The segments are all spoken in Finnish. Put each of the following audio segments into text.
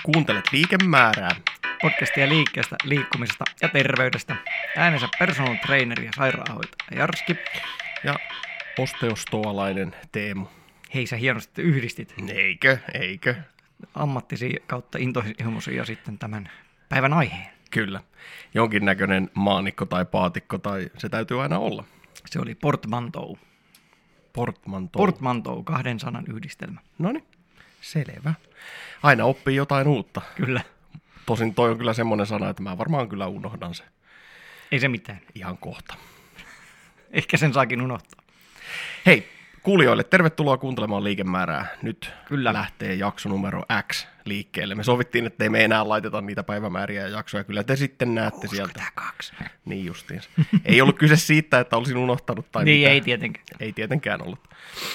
Kuuntelet Liikemäärää. Podcastia liikkeestä, liikkumisesta ja terveydestä. Äänensä personal trainer ja sairaanhoitaja Jarski. Ja osteostoalainen Teemu. Hei, sä hienosti yhdistit Eikö? ammattisi kautta intohimosi ja sitten tämän päivän aiheen. Kyllä. Jonkinnäköinen maanikko tai paatikko tai se täytyy aina olla. Se oli portmanteau. Portmanteau, 2 sanan yhdistelmä. Noniin, selvä. Aina oppii jotain uutta. Kyllä. Tosin toi on kyllä semmoinen sana, että mä varmaan kyllä unohdan se Ei se mitään. ihan kohta. Ehkä sen saakin unohtaa. Hei, kuulijoille, tervetuloa kuuntelemaan Liikemäärää. Nyt Kyllä. lähtee jakso numero X liikkeelle. Me sovittiin, että ei me enää laiteta niitä päivämääriä ja jaksoja. Kyllä te sitten näette 62. sieltä. Niin justiinsa. Ei ollut kyse siitä, että olisin unohtanut tai Niin, mitään. ei tietenkään. Ei tietenkään ollut.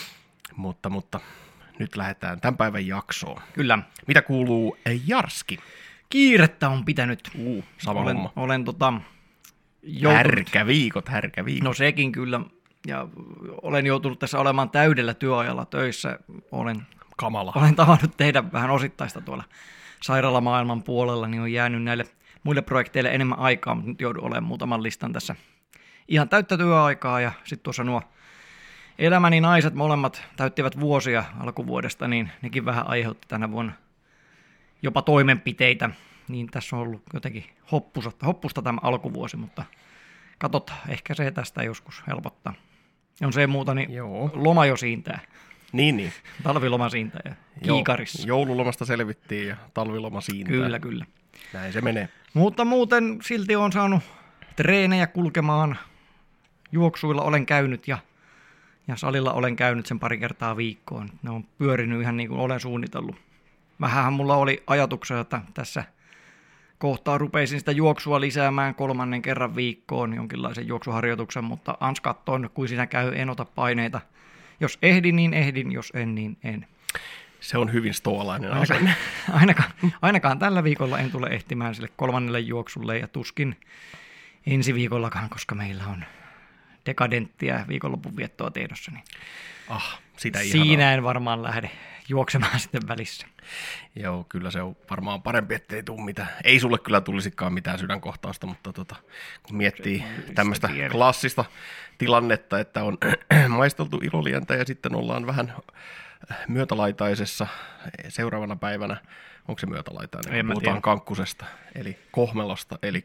Mutta nyt lähdetään tämän päivän jaksoon. Kyllä. Mitä kuuluu Jarski? Kiirettä on pitänyt. Sama homma. Olen joutunut. Härkäviikot. No sekin kyllä. Ja olen joutunut tässä olemaan täydellä työajalla töissä. Kamala. Olen tavannut tehdä vähän osittaista tuolla sairaalamaailman puolella, niin on jäänyt näille muille projekteille enemmän aikaa, mutta nyt joudun olemaan muutaman listan tässä ihan täyttä työaikaa. Ja sitten tuossa nuo elämäni naiset molemmat täyttivät vuosia alkuvuodesta, niin nekin vähän aiheutti tänä vuonna jopa toimenpiteitä. Niin tässä on ollut jotenkin hoppusta tämä alkuvuosi, mutta katsotaan, ehkä se tästä joskus helpottaa. On se muuta, niin Joo. loma jo siintää. Niin. Talviloma siintää ja kiikarissa. Joululomasta selvittiin ja talviloma siintää. Kyllä. Näin se menee. Mutta muuten silti olen saanut treenejä kulkemaan. Juoksuilla olen käynyt ja salilla olen käynyt sen pari kertaa viikkoon. Ne on pyörinyt ihan niin kuin olen suunnitellut. Vähänhän mulla oli ajatuksia, että tässä kohtaa rupeisin sitä juoksua lisäämään 3. kerran viikkoon jonkinlaisen juoksuharjoituksen, mutta ans kattoon, kuin siinä käy, en ota paineita. Jos ehdin, niin ehdin, jos en, niin en. Se on hyvin stoalainen asenne. Ainakaan tällä viikolla en tule ehtimään sille 3. juoksulle ja tuskin ensi viikollakaan, koska meillä on dekadenttia viikonlopun viettoa tiedossa. Niin Sitä ihanaa. siinä en varmaan lähde juoksemaan sitten välissä. Joo, kyllä se on varmaan parempi, ettei tule mitään. Ei sulle kyllä tulisikaan mitään sydänkohtausta, mutta kun miettii tämmöistä klassista tilannetta, että on maisteltu ilolientä ja sitten ollaan vähän myötälaitaisessa seuraavana päivänä, onko se myötälaitainen? Puhutaan Kankkusesta, eli Kohmelosta, eli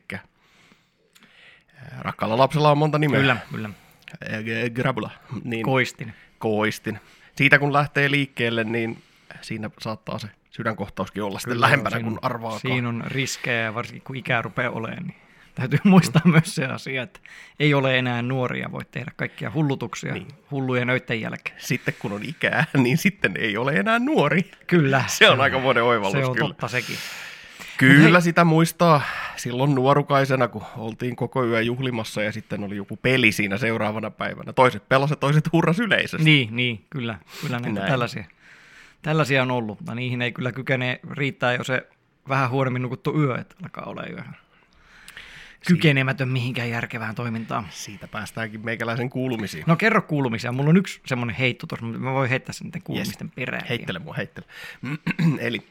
rakkaalla lapsella on monta nimeä. Kyllä. Grabula. Niin, Koistin. Siitä kun lähtee liikkeelle, niin siinä saattaa se sydänkohtauskin olla sitten lähempänä kuin arvaakaan. Siinä on riskejä, varsinkin kun ikää rupeaa olemaan, niin täytyy muistaa myös se asia, että ei ole enää nuoria, voi tehdä kaikkia hullutuksia hullujen öiden jälkeen. Sitten kun on ikää, niin sitten ei ole enää nuori. Kyllä. Se on aika vuoden oivallus. Se on kyllä. totta sekin. Kyllä sitä muistaa silloin nuorukaisena, kun oltiin koko yö juhlimassa ja sitten oli joku peli siinä seuraavana päivänä. Toiset pelasivat, toiset hurras yleisesti. Niin, kyllä näitä tällaisia on ollut, mutta niihin ei kyllä kykene riittää jo se vähän huonommin nukuttu yö, että alkaa olla jo kykenemätön mihinkään järkevään toimintaan. Siitä päästäänkin meikäläisen kuulumisiin. No kerro kuulumisia, mulla on yksi semmoinen heitto tuossa, mutta mä voin heittää sen niiden kuulumisten perään. Heittele. Eli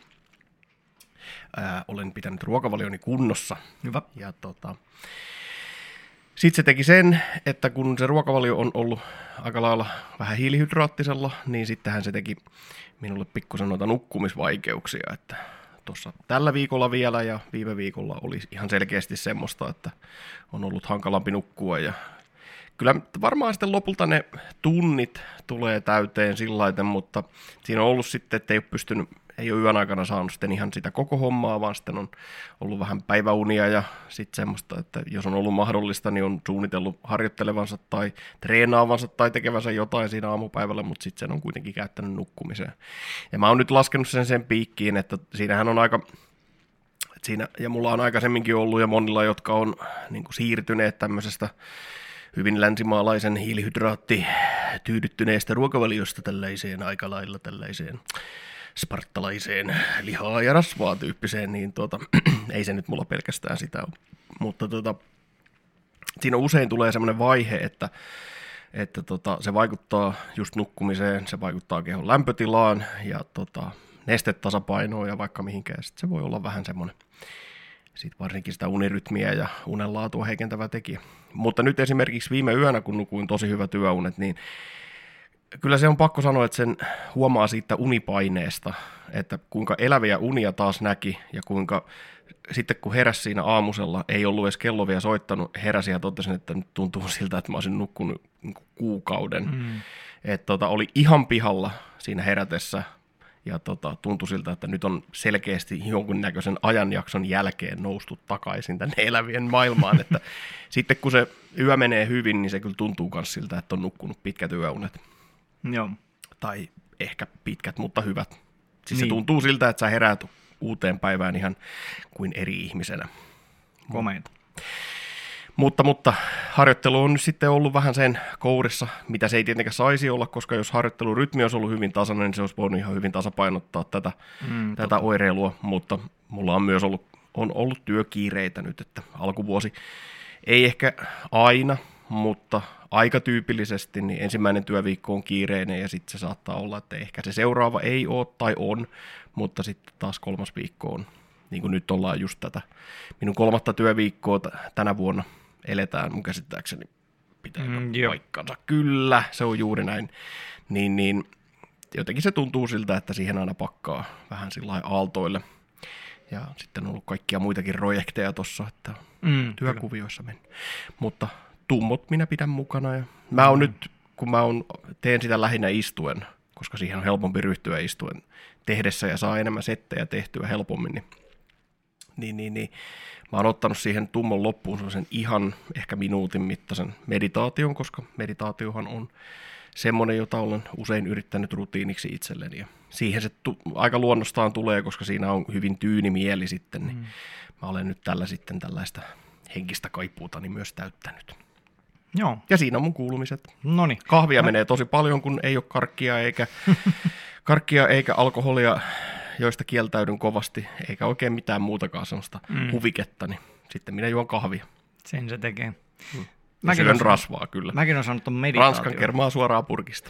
olen pitänyt ruokavalioni kunnossa. Hyvä. Ja sitten se teki sen, että kun se ruokavalio on ollut aika lailla vähän hiilihydraattisella, niin sittenhän se teki minulle pikkusen noita nukkumisvaikeuksia, että tuossa tällä viikolla vielä ja viime viikolla oli ihan selkeästi semmoista, että on ollut hankalampi nukkua ja kyllä varmaan sitten lopulta ne tunnit tulee täyteen sillaiten, mutta siinä on ollut sitten, että ei ole yön aikana saanut sitten ihan sitä koko hommaa, vaan sitten on ollut vähän päiväunia ja sitten semmoista, että jos on ollut mahdollista, niin on suunnitellut harjoittelevansa tai treenaavansa tai tekevänsä jotain siinä aamupäivällä, mutta sitten sen on kuitenkin käyttänyt nukkumiseen. Ja mä oon nyt laskenut sen piikkiin, että siinähän on aika, ja mulla on aikaisemminkin ollut ja monilla, jotka on niin kuin siirtyneet tämmöisestä hyvin länsimaalaisen hiilihydraatti tyydyttyneestä ruokavaliosta tällaiseen aika lailla tällaiseen spartalaiseen lihaa ja rasvaa tyyppiseen, niin ei se nyt mulla pelkästään sitä ole. Mutta siinä usein tulee semmoinen vaihe, että se vaikuttaa just nukkumiseen, se vaikuttaa kehon lämpötilaan ja nestetasapainoa ja vaikka mihinkään. Sitten se voi olla vähän semmoinen, sitten varsinkin sitä unirytmiä ja unenlaatua heikentävä tekijä. Mutta nyt esimerkiksi viime yönä, kun nukuin tosi hyvät yöunet, niin kyllä se on pakko sanoa, että sen huomaa siitä unipaineesta, että kuinka eläviä unia taas näki ja kuinka sitten kun heräsi siinä aamusella, ei ollut edes kello vielä soittanut, heräsi ja totesin, että nyt tuntuu siltä, että mä olisin nukkunut kuukauden. Että oli ihan pihalla siinä herätessä ja tuntui siltä, että nyt on selkeästi jonkunnäköisen ajanjakson jälkeen noustu takaisin tänne elävien maailmaan. Että sitten kun se yö menee hyvin, niin se kyllä tuntuu myös siltä, että on nukkunut pitkät yöunet. Joo. Tai ehkä pitkät, mutta hyvät. Siis niin. Se tuntuu siltä, että sä heräät uuteen päivään ihan kuin eri ihmisenä. Komeita. Mutta harjoittelu on nyt sitten ollut vähän sen kourissa, mitä se ei tietenkään saisi olla, koska jos harjoittelurytmi olisi ollut hyvin tasainen, niin se olisi voinut ihan hyvin tasapainottaa tätä oireilua, mutta mulla on myös ollut työkiireitä nyt, että alkuvuosi ei ehkä aina, mutta aika tyypillisesti, niin ensimmäinen työviikko on kiireinen ja sitten se saattaa olla, että ehkä se seuraava ei ole tai on, mutta sitten taas 3. viikko on, niin kuin nyt ollaan just tätä minun 3. työviikkoa tänä vuonna eletään, mun käsittääkseni pitää paikkansa. Kyllä, se on juuri näin. Niin jotenkin se tuntuu siltä, että siihen aina pakkaa vähän sillä aaltoille. Ja sitten on ollut kaikkia muitakin projekteja tuossa, että työkuvioissa mennyt. Mutta tummot minä pidän mukana. Ja mä oon nyt, kun teen sitä lähinnä istuen, koska siihen on helpompi ryhtyä istuen tehdessä ja saa enemmän settejä tehtyä helpommin, niin mä oon ottanut siihen tummon loppuun sellaisen ihan ehkä minuutin mittaisen meditaation, koska meditaatiohan on semmoinen, jota olen usein yrittänyt rutiiniksi itselleni. Ja siihen se aika luonnostaan tulee, koska siinä on hyvin tyyni mieli sitten, niin mä olen nyt tällä sitten tällaista henkistä kaipuutani myös täyttänyt. Joo. Ja siinä on mun kuulumiset. Noniin. Kahvia menee tosi paljon, kun ei ole karkkia eikä alkoholia, joista kieltäydyn kovasti, eikä oikein mitään muutakaan sellaista huviketta, niin sitten minä juon kahvia. Sen se tekee. Mäkin syön rasvaa kyllä. Mäkin olen sanonut ton meditaation. Ranskan kermaa suoraan purkista.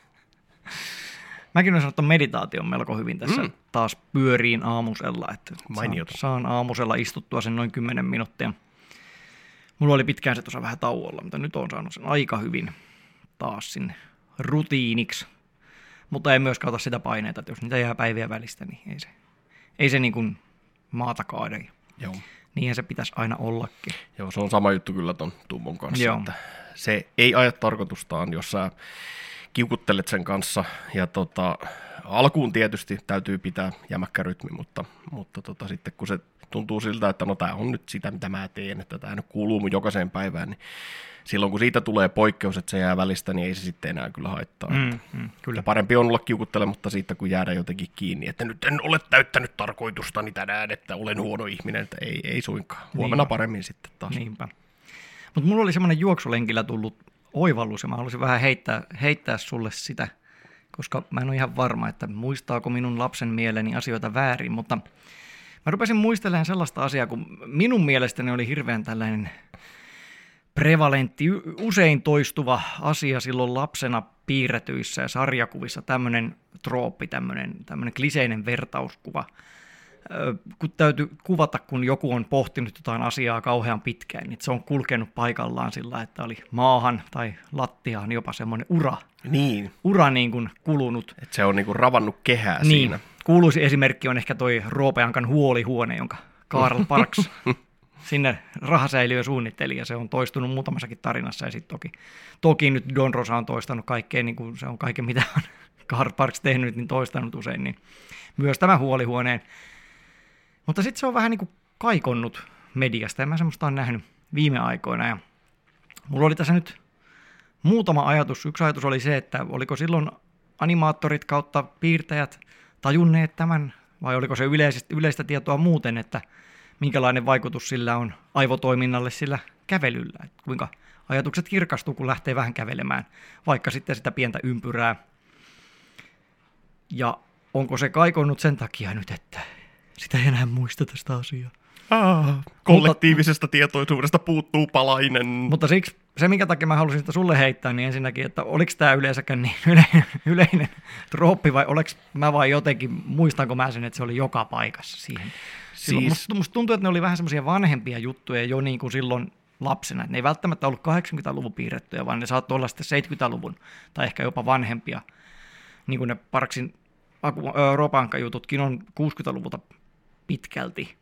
Mäkin olen sanonut ton meditaation melko hyvin tässä taas pyöriin aamusella. Että saan aamusella istuttua sen noin 10 minuuttia. Mulla oli pitkään se tuossa vähän tauolla, mutta nyt on saanut sen aika hyvin taas sinne rutiiniksi. Mutta ei myöskään ota sitä paineita, että jos niitä jää päivien välistä, niin ei se niin kuin maata kaada. Joo. Niinhän se pitäisi aina ollakin. Joo, se on sama juttu kyllä ton tummon kanssa. Joo. Että se ei aja tarkoitustaan, jos sä kiukuttelet sen kanssa. Ja alkuun tietysti täytyy pitää jämäkkä rytmi, mutta sitten kun se tuntuu siltä, että no tää on nyt sitä, mitä mä teen, että tää nyt kuuluu mun jokaiseen päivään, niin silloin kun siitä tulee poikkeus, että se jää välistä, niin ei se sitten enää kyllä haittaa. Kyllä. Ja parempi on olla kiukuttelematta siitä, kun jäädä jotenkin kiinni, että nyt en ole täyttänyt tarkoitustani tänään, että olen huono ihminen, että ei suinkaan. Huomenna paremmin sitten taas. Niinpä. Mutta mulla oli semmoinen juoksulenkillä tullut oivallus, ja mä haluaisin vähän heittää sulle sitä, koska mä en ole ihan varma, että muistaako minun lapsen mieleni asioita väärin, mutta mä rupesin muistelemaan sellaista asiaa, kun minun mielestäni oli hirveän tällainen prevalentti, usein toistuva asia silloin lapsena piirretyissä ja sarjakuvissa, tämmöinen trooppi, tämmöinen kliseinen vertauskuva. Kun täytyy kuvata, kun joku on pohtinut jotain asiaa kauhean pitkään, niin se on kulkenut paikallaan sillä, että oli maahan tai lattiaan jopa semmoinen ura. Niin. Ura niin kuin kulunut. Että se on niin kuin ravannut kehää niin. Siinä. Kuuluisi esimerkki on ehkä toi Roopeankan huolihuone, jonka Karl Parks sinne rahasäiliö suunnitteli, ja se on toistunut muutamassakin tarinassa, ja sitten toki nyt Don Rosa on toistanut kaikkeen, niin kuin se on kaiken mitä on Karl Parks tehnyt, niin toistanut usein, niin myös tämä huolihuoneen. Mutta sitten se on vähän niin kuin kaikonnut mediasta, ja mä semmoista on nähnyt viime aikoina, ja mulla oli tässä nyt muutama ajatus. Yksi ajatus oli se, että oliko silloin animaattorit kautta piirtäjät tajunneet tämän, vai oliko se yleistä tietoa muuten, että minkälainen vaikutus sillä on aivotoiminnalle sillä kävelyllä, että kuinka ajatukset kirkastuu, kun lähtee vähän kävelemään, vaikka sitten sitä pientä ympyrää. Ja onko se kaikonnut sen takia nyt, että sitä ei enää muista tästä asiaa? Kollektiivisesta tietoisuudesta puuttuu palainen. Mutta siksi se, minkä takia mä halusin sitä sulle heittää, niin ensinnäkin, että oliko tämä yleensäkään niin yleinen trooppi vai oliko mä vaan jotenkin, muistanko mä sen, että se oli joka paikassa siihen. Musta tuntuu, että ne oli vähän semmoisia vanhempia juttuja jo niin kuin silloin lapsena. Että ne ei välttämättä ollut 80-luvun piirrettyjä, vaan ne saattoi olla sitten 70-luvun tai ehkä jopa vanhempia. Niin kuin ne Parksin Ropanka-jututkin on 60-luvulta pitkälti.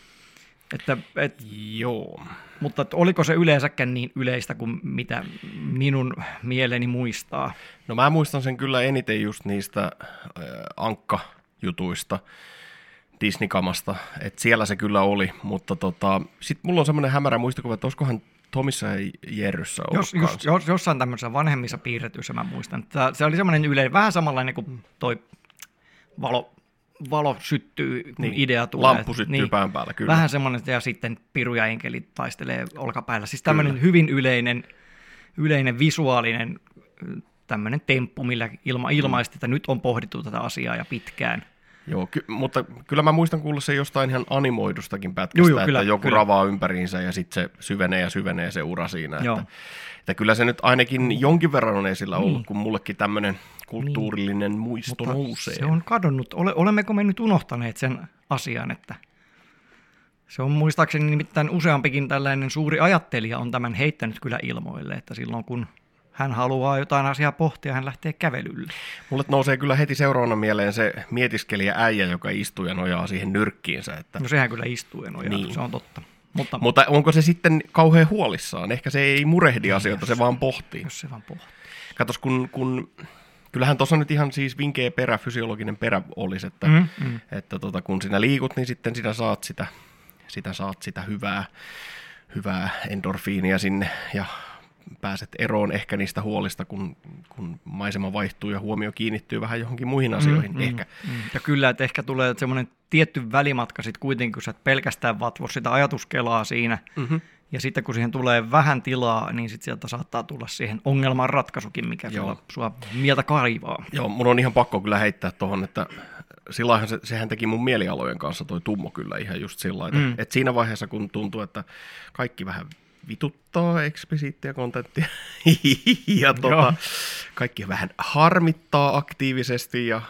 Joo. Mutta oliko se yleensäkään niin yleistä kuin mitä minun mieleni muistaa? No mä muistan sen kyllä eniten just niistä Ankka-jutuista, Disney-kamasta, että siellä se kyllä oli, mutta sitten mulla on semmoinen hämärä muistikuva, että olisikohan Tomissa ja Jerryssä ollut jossain tämmöisessä vanhemmissa piirretyissä mä muistan. Että se oli semmoinen yleinen, vähän samanlainen kuin toi valo syttyy, kun idea tulee. Lamppu syttyy pään päällä, kyllä. Vähän semmoinen, ja sitten piru ja enkeli taistelee olkapäällä. Siis tämmöinen hyvin yleinen visuaalinen tämmöinen temppu, millä ilmaisesti, että nyt on pohdittu tätä asiaa ja pitkään. Joo, mutta kyllä mä muistan kuulla se jostain ihan animoidustakin pätkästä, että joku ravaa ympäriinsä ja sitten se syvenee se ura siinä. Että kyllä se nyt ainakin jonkin verran on esillä ollut, kun mullekin tämmöinen kulttuurillinen muisto nousee. Se on kadonnut. Olemmeko me nyt unohtaneet sen asian, että se on muistaakseni nimittäin useampikin tällainen suuri ajattelija on tämän heittänyt kyllä ilmoille, että silloin kun hän haluaa jotain asiaa pohtia, hän lähtee kävelylle. Mulle nousee kyllä heti seuraavana mieleen se mietiskelijä äijä, joka istuu ja nojaa siihen nyrkkiinsä. Että no sehän kyllä istuu ja nojaa, niin. Se on totta. Mutta onko se sitten kauhean huolissaan? Ehkä se ei murehdi asioita, se vaan pohtii. Jos se vaan pohtii. Katos, kun kyllähän tuossa nyt ihan siis vinkeä perä, fysiologinen perä olisi, että kun sinä liikut, niin sitten sinä saat sitä hyvää endorfiinia sinne ja pääset eroon ehkä niistä huolista, kun maisema vaihtuu ja huomio kiinnittyy vähän johonkin muihin asioihin. Ehkä. Ja kyllä, että ehkä tulee semmoinen tietty välimatka sitten kuitenkin, kun sä et pelkästään vatvo sitä ajatuskelaa siinä, ja sitten kun siihen tulee vähän tilaa, niin sitten sieltä saattaa tulla siihen ongelman ratkaisukin, mikä sua mieltä kaivaa. Joo, mun on ihan pakko kyllä heittää tuohon, että silloinhan sehän teki mun mielialojen kanssa toi Tummo kyllä ihan just sillä lailla, että siinä vaiheessa kun tuntuu, että kaikki vähän vituttaa eksplisiittiä kontenttia ja kaikki vähän harmittaa aktiivisesti ja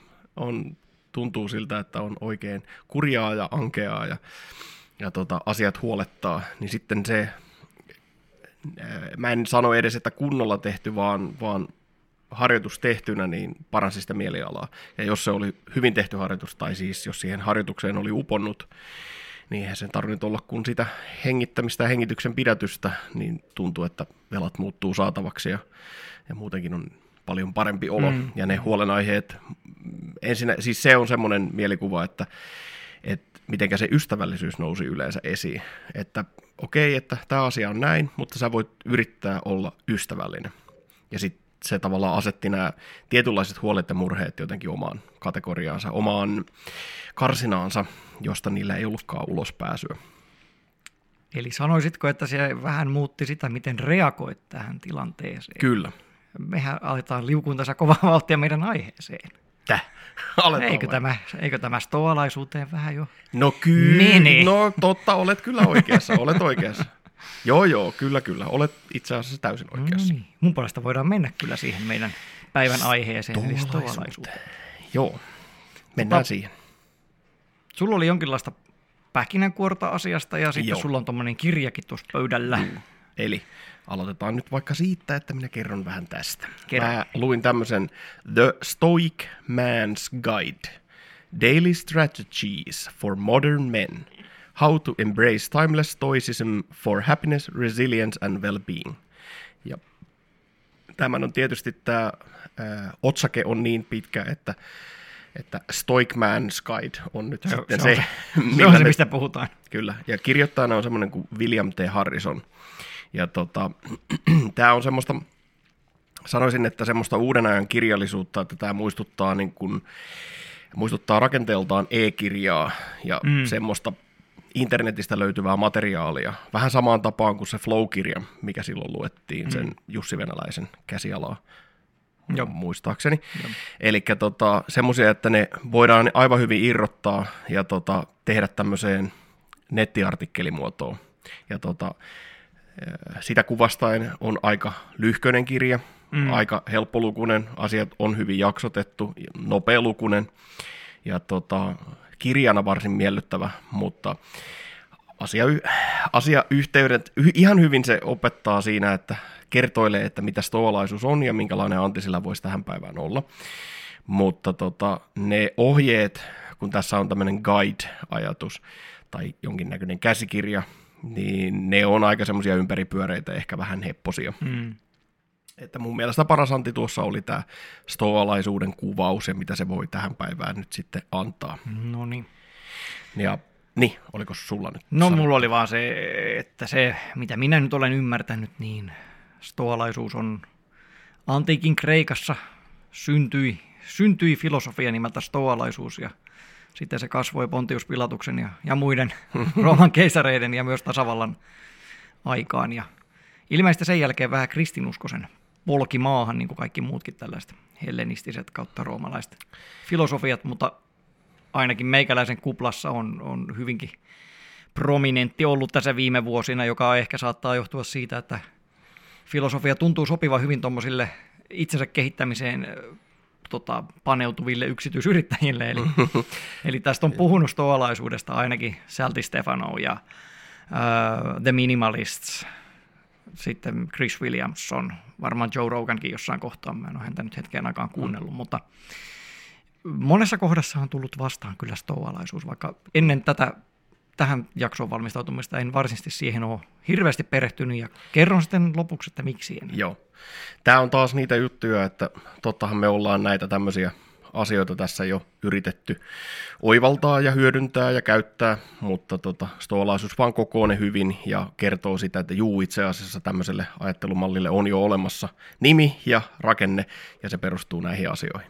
tuntuu siltä, että on oikein kurjaa ja ankeaa ja asiat huolettaa, niin sitten se, mä en sano edes, että kunnolla tehty, vaan harjoitus tehtynä, niin paransi sitä mielialaa. Ja jos se oli hyvin tehty harjoitus, tai siis jos siihen harjoitukseen oli uponnut, niin eihän sen tarvinnut olla kuin sitä hengittämistä ja hengityksen pidätystä, niin tuntuu, että velat muuttuu saatavaksi ja muutenkin on paljon parempi olo. Ja ne huolenaiheet, ensin, siis se on semmoinen mielikuva, että mitenkä se ystävällisyys nousi yleensä esiin. Että okei, että tämä asia on näin, mutta sä voit yrittää olla ystävällinen. Ja sitten se tavallaan asetti nämä tietynlaiset huolet ja murheet jotenkin omaan kategoriaansa, omaan karsinaansa, josta niillä ei ollutkaan ulospääsyä. Eli sanoisitko, että se vähän muutti sitä, miten reagoit tähän tilanteeseen? Kyllä. Mehän aletaan liukuun tässä kovaa vauhtia meidän aiheeseen. Eikö tämä stoalaisuuteen vähän jo? No kyllä, no totta, olet kyllä oikeassa, olet oikeassa. Joo, kyllä, olet itse asiassa täysin oikeassa. No niin. Mun puolesta voidaan mennä kyllä siihen meidän päivän aiheeseen, eli stoalaisuuteen. Joo, mennään siihen. Sulla oli jonkinlaista pähkinänkuorta asiasta ja sitten sulla on tommonen kirjakin tuossa pöydällä. Eli aloitetaan nyt vaikka siitä, että minä kerron vähän tästä. Mä luin tämmöisen The Stoic Man's Guide, Daily Strategies for Modern Men, How to Embrace Timeless Stoicism for Happiness, Resilience and Well-being. Ja tämän on tietysti tämä otsake on niin pitkä, että Stoic Man's Guide on nyt sitten se mistä puhutaan. Kyllä, ja kirjoittajana on semmoinen kuin William T. Harrison. Ja tämä on semmoista, sanoisin, että semmoista uuden ajan kirjallisuutta, että tämä muistuttaa rakenteeltaan e-kirjaa ja semmoista internetistä löytyvää materiaalia. Vähän samaan tapaan kuin se Flow-kirja, mikä silloin luettiin, sen Jussi Venäläisen käsialaa. Muistaakseni. Eli semmoisia, että ne voidaan aivan hyvin irrottaa ja tehdä tämmöiseen nettiartikkelimuotoon. Ja Sitä kuvastaen on aika lyhköinen kirja, aika helppolukuinen, asiat on hyvin jaksotettu, nopealukuinen ja kirjana varsin miellyttävä, mutta asiayhteydet ihan hyvin se opettaa siinä, että kertoilee, että mitä stoalaisuus on ja minkälainen anti sillä voisi tähän päivään olla. Mutta ne ohjeet, kun tässä on tämmöinen guide-ajatus tai jonkinnäköinen käsikirja, niin ne on aika semmoisia ympäripyöreitä, ehkä vähän hepposia. Että mun mielestä paras anti tuossa oli tämä stoalaisuuden kuvaus ja mitä se voi tähän päivään nyt sitten antaa. No niin. Ja niin, oliko sulla nyt? No mulla oli vaan se, että se, mitä minä nyt olen ymmärtänyt, niin stoalaisuus on antiikin Kreikassa syntyi filosofia nimeltä stoalaisuus ja sitten se kasvoi Pontius Pilatuksen ja muiden Rooman keisareiden ja myös tasavallan aikaan. Ja ilmeisesti sen jälkeen vähän kristinuskoisen polki maahan, niin kuin kaikki muutkin tällaiset hellenistiset kautta roomalaiset filosofiat, mutta ainakin meikäläisen kuplassa on hyvinkin prominentti ollut tässä viime vuosina, joka ehkä saattaa johtua siitä, että filosofia tuntuu sopivan hyvin tuommoisille itsensä kehittämiseen paneutuville yksityisyrittäjille. Eli tästä on puhunut stoalaisuudesta ainakin Salty Stefano ja The Minimalists, sitten Chris Williamson, varmaan Joe Rogankin jossain kohtaa, mä en ole häntä nyt hetken aikaan kuunnellut, mutta monessa kohdassa on tullut vastaan kyllä stoalaisuus, vaikka ennen tähän jaksoon valmistautumista en varsinaisesti siihen ole hirveästi perehtynyt ja kerron sitten lopuksi, että miksi en. Joo. Tämä on taas niitä juttuja, että tottahan me ollaan näitä tämmöisiä asioita tässä jo yritetty oivaltaa ja hyödyntää ja käyttää, mutta stoalaisuus vaan kokoo ne hyvin ja kertoo sitä, että itse asiassa tämmöiselle ajattelumallille on jo olemassa nimi ja rakenne ja se perustuu näihin asioihin.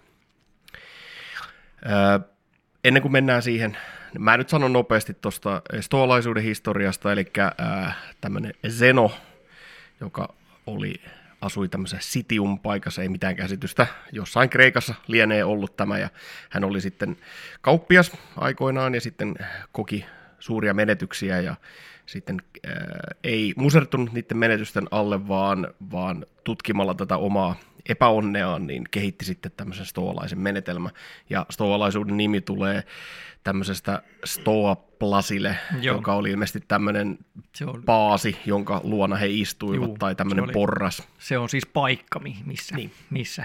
Ennen kuin mennään siihen, mä nyt sanon nopeasti tuosta stoalaisuuden historiasta, eli tämmöinen Zeno, joka asui tämmöisessä Citium-paikassa, ei mitään käsitystä, jossain Kreikassa lienee ollut tämä, ja hän oli sitten kauppias aikoinaan, ja sitten koki suuria menetyksiä, ja sitten ei musertunut niiden menetysten alle, vaan tutkimalla tätä omaa epäonneaan, niin kehitti sitten tämmöisen stoalaisen menetelmän. Ja stoalaisuuden nimi tulee tämmöisestä Stoa Placile, joka oli ilmeisesti tämmöinen paasi, jonka luona he istuivat, tai tämmöinen porras. Se on siis paikka, missä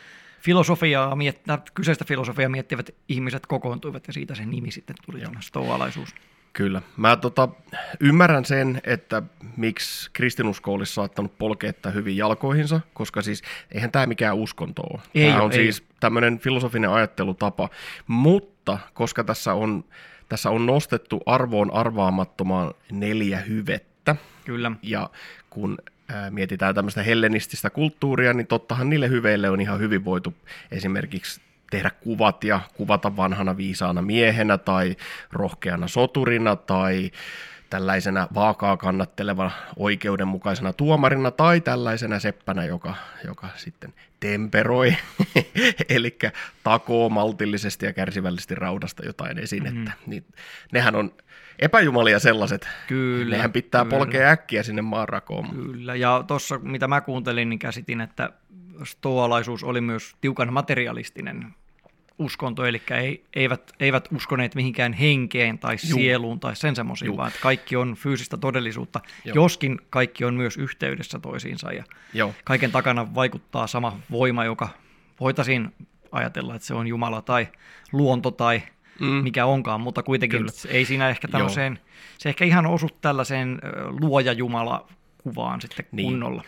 kyseistä filosofiaa miettivät ihmiset kokoontuivat, ja siitä se nimi sitten tuli, tämä stoalaisuus. Kyllä. Mä ymmärrän sen, että miksi kristinusko olisi saattanut polkea hyvin jalkoihinsa, koska siis eihän tämä mikään uskonto ole. Tämä on siis tämmöinen filosofinen ajattelutapa, mutta koska tässä on nostettu arvoon arvaamattomaan 4 hyvettä, kyllä. Ja kun mietitään tämmöistä hellenististä kulttuuria, niin tottahan niille hyveille on ihan hyvin voitu esimerkiksi tehdä kuvat ja kuvata vanhana viisaana miehenä tai rohkeana soturina tai tällaisena vaakaa kannattelevana oikeudenmukaisena tuomarina tai tällaisena seppänä, joka sitten temperoi, eli takoo maltillisesti ja kärsivällisesti raudasta jotain esinettä. Niin, nehän on epäjumalia sellaiset. Kyllä. Nehän pitää polkea äkkiä sinne maanrakoon. Kyllä, ja tuossa mitä mä kuuntelin, niin käsitin, että stoalaisuus oli myös tiukan materialistinen uskonto, eli eivät uskoneet mihinkään henkeen tai sieluun tai sen semmoisiin, vaan että kaikki on fyysistä todellisuutta, joskin kaikki on myös yhteydessä toisiinsa ja kaiken takana vaikuttaa sama voima, joka voitaisiin ajatella, että se on Jumala tai luonto tai mikä onkaan, mutta kuitenkin ei siinä ehkä tämmöiseen, se ehkä ihan osu tällaiseen luoja-Jumala-kuvaan sitten kunnolla.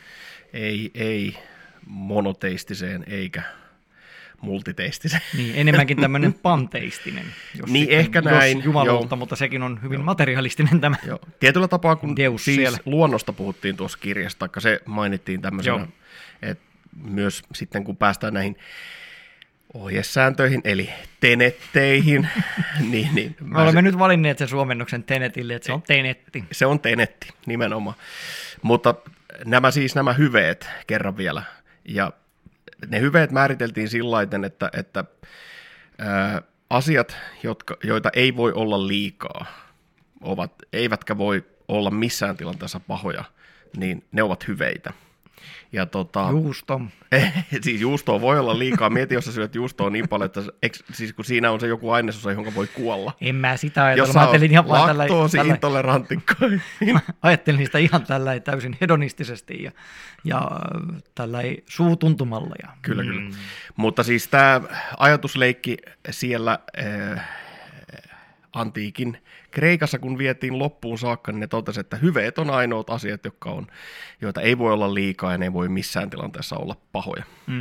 Ei monoteistiseen eikä multiteistiseen. Niin, enemmänkin tämmöinen panteistinen, jos, niin ehkä näin, jumaluutta, mutta sekin on hyvin materialistinen tämä. Joo. Tietyllä tapaa, kun Deus siis siellä. Luonnosta puhuttiin tuossa kirjassa, taikka se mainittiin tämmöisenä, että myös sitten kun päästään näihin ohjesääntöihin, eli tenetteihin, niin me olemme nyt valinneet sen suomennoksen tenetille, että se on tenetti. Se on tenetti, nimenomaan. Mutta nämä hyveet kerran vielä, ja ne hyveet määriteltiin sillaiten, että asiat, joita ei voi olla liikaa, eivätkä voi olla missään tilanteessa pahoja, niin ne ovat hyveitä. Ja Juusto. Siis juustoa voi olla liikaa. Mieti, jos sä syöt juustoa niin paljon, että siis kun siinä on se joku ainesosa, jonka voi kuolla. En mä sitä ajatella. Jos mä ajattelin ihan vaan laktoosi-intolerantikko. Ajattelin sitä ihan tällä täysin hedonistisesti ja tällä suutuntumalla. Kyllä. Mutta siis tämä ajatusleikki siellä antiikin Kreikassa, kun vietiin loppuun saakka, niin ne totesivat, että hyveet on ainoat asiat, joita ei voi olla liikaa ja ne ei voi missään tilanteessa olla pahoja.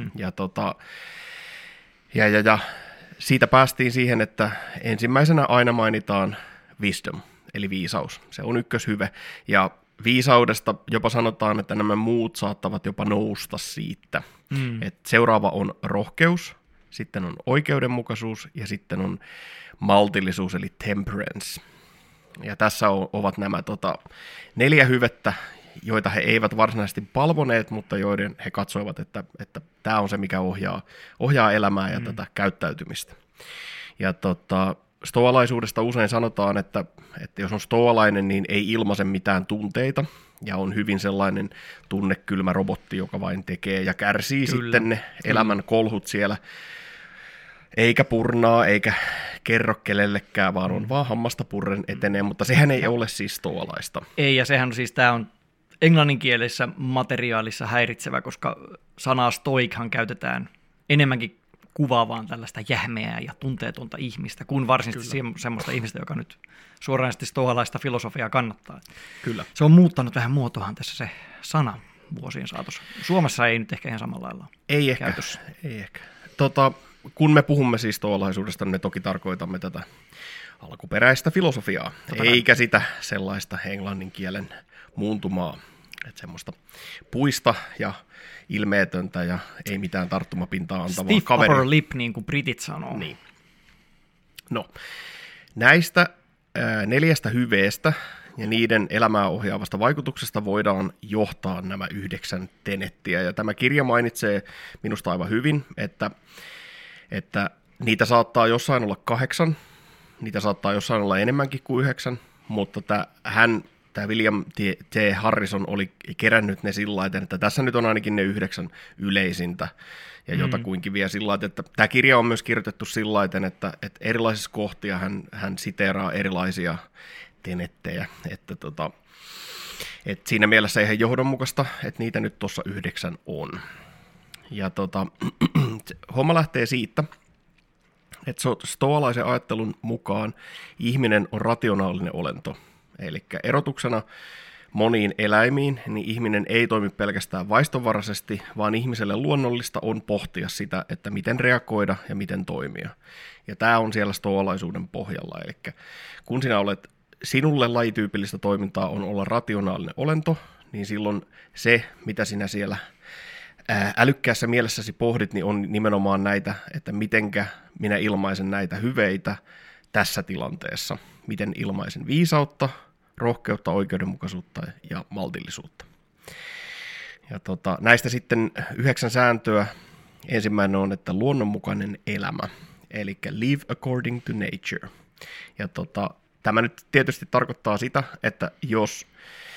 Ja siitä päästiin siihen, että ensimmäisenä aina mainitaan wisdom, eli viisaus. Se on ykköshyve. Ja viisaudesta jopa sanotaan, että nämä muut saattavat jopa nousta siitä. Et seuraava on rohkeus, sitten on oikeudenmukaisuus ja sitten on maltillisuus, eli temperance. Ja tässä ovat nämä 4 hyvettä, joita he eivät varsinaisesti palvoneet, mutta joiden he katsoivat, että tämä on se, mikä ohjaa elämää ja tätä käyttäytymistä. Ja stoalaisuudesta usein sanotaan, että jos on stoalainen, niin ei ilmaise mitään tunteita, ja on hyvin sellainen tunnekylmä robotti, joka vain tekee ja kärsii sitten ne elämän kolhut siellä, eikä purnaa, eikä kerro kenellekään, vaan on vaan hammasta purren etenee, mutta sehän ei ole siis stoalaista. Ei, ja sehän siis tämä on englanninkielisessä materiaalissa häiritsevä, koska sanaa stoikhan käytetään enemmänkin kuvaavaan tällaista jähmeää ja tunteetonta ihmistä, kuin varsinaisesti semmoista ihmistä, joka nyt suoranaisesti stoalaista filosofiaa kannattaa. Kyllä. Se on muuttanut vähän muotoaan tässä se sana vuosien saatossa. Suomessa ei nyt ehkä ihan samalla lailla käytössä. Ei ehkä. Kun me puhumme siis stoalaisuudesta, niin me toki tarkoitamme tätä alkuperäistä filosofiaa, eikä sitä sellaista englannin kielen muuntumaa, että semmoista puista ja ilmeetöntä ja ei mitään tarttumapintaa antavaa stiff kaveria. upper lip, niin kuin britit sanoo. Niin. No, näistä 4 hyveestä ja niiden elämää ohjaavasta vaikutuksesta voidaan johtaa nämä 9 tenettiä. Ja tämä kirja mainitsee minusta aivan hyvin, että niitä saattaa jossain olla 8, niitä saattaa jossain olla enemmänkin kuin 9, mutta tämä William T. Harrison oli kerännyt ne sillä lailla, että tässä nyt on ainakin ne 9 yleisintä ja jotakuinkin vielä sillä lailla, että tämä kirja on myös kirjoitettu sillä lailla, että erilaisissa kohtia hän siteeraa erilaisia tenettejä, että siinä mielessä ihan johdonmukaista, että niitä nyt tuossa 9 on. Ja homma lähtee siitä, että stoalaisen ajattelun mukaan ihminen on rationaalinen olento. Eli erotuksena moniin eläimiin, niin ihminen ei toimi pelkästään vaistonvaraisesti, vaan ihmiselle luonnollista on pohtia sitä, että miten reagoida ja miten toimia. Ja tämä on siellä stoalaisuuden pohjalla. Eli kun sinulle lajityypillistä toimintaa on olla rationaalinen olento, niin silloin se, mitä sinä siellä älykkäässä mielessäsi pohdit, niin on nimenomaan näitä, että mitenkä minä ilmaisen näitä hyveitä tässä tilanteessa. Miten ilmaisen viisautta, rohkeutta, oikeudenmukaisuutta ja maltillisuutta. Ja näistä sitten 9 sääntöä. Ensimmäinen on, että luonnonmukainen elämä, eli live according to nature. Ja tämä nyt tietysti tarkoittaa sitä, että jos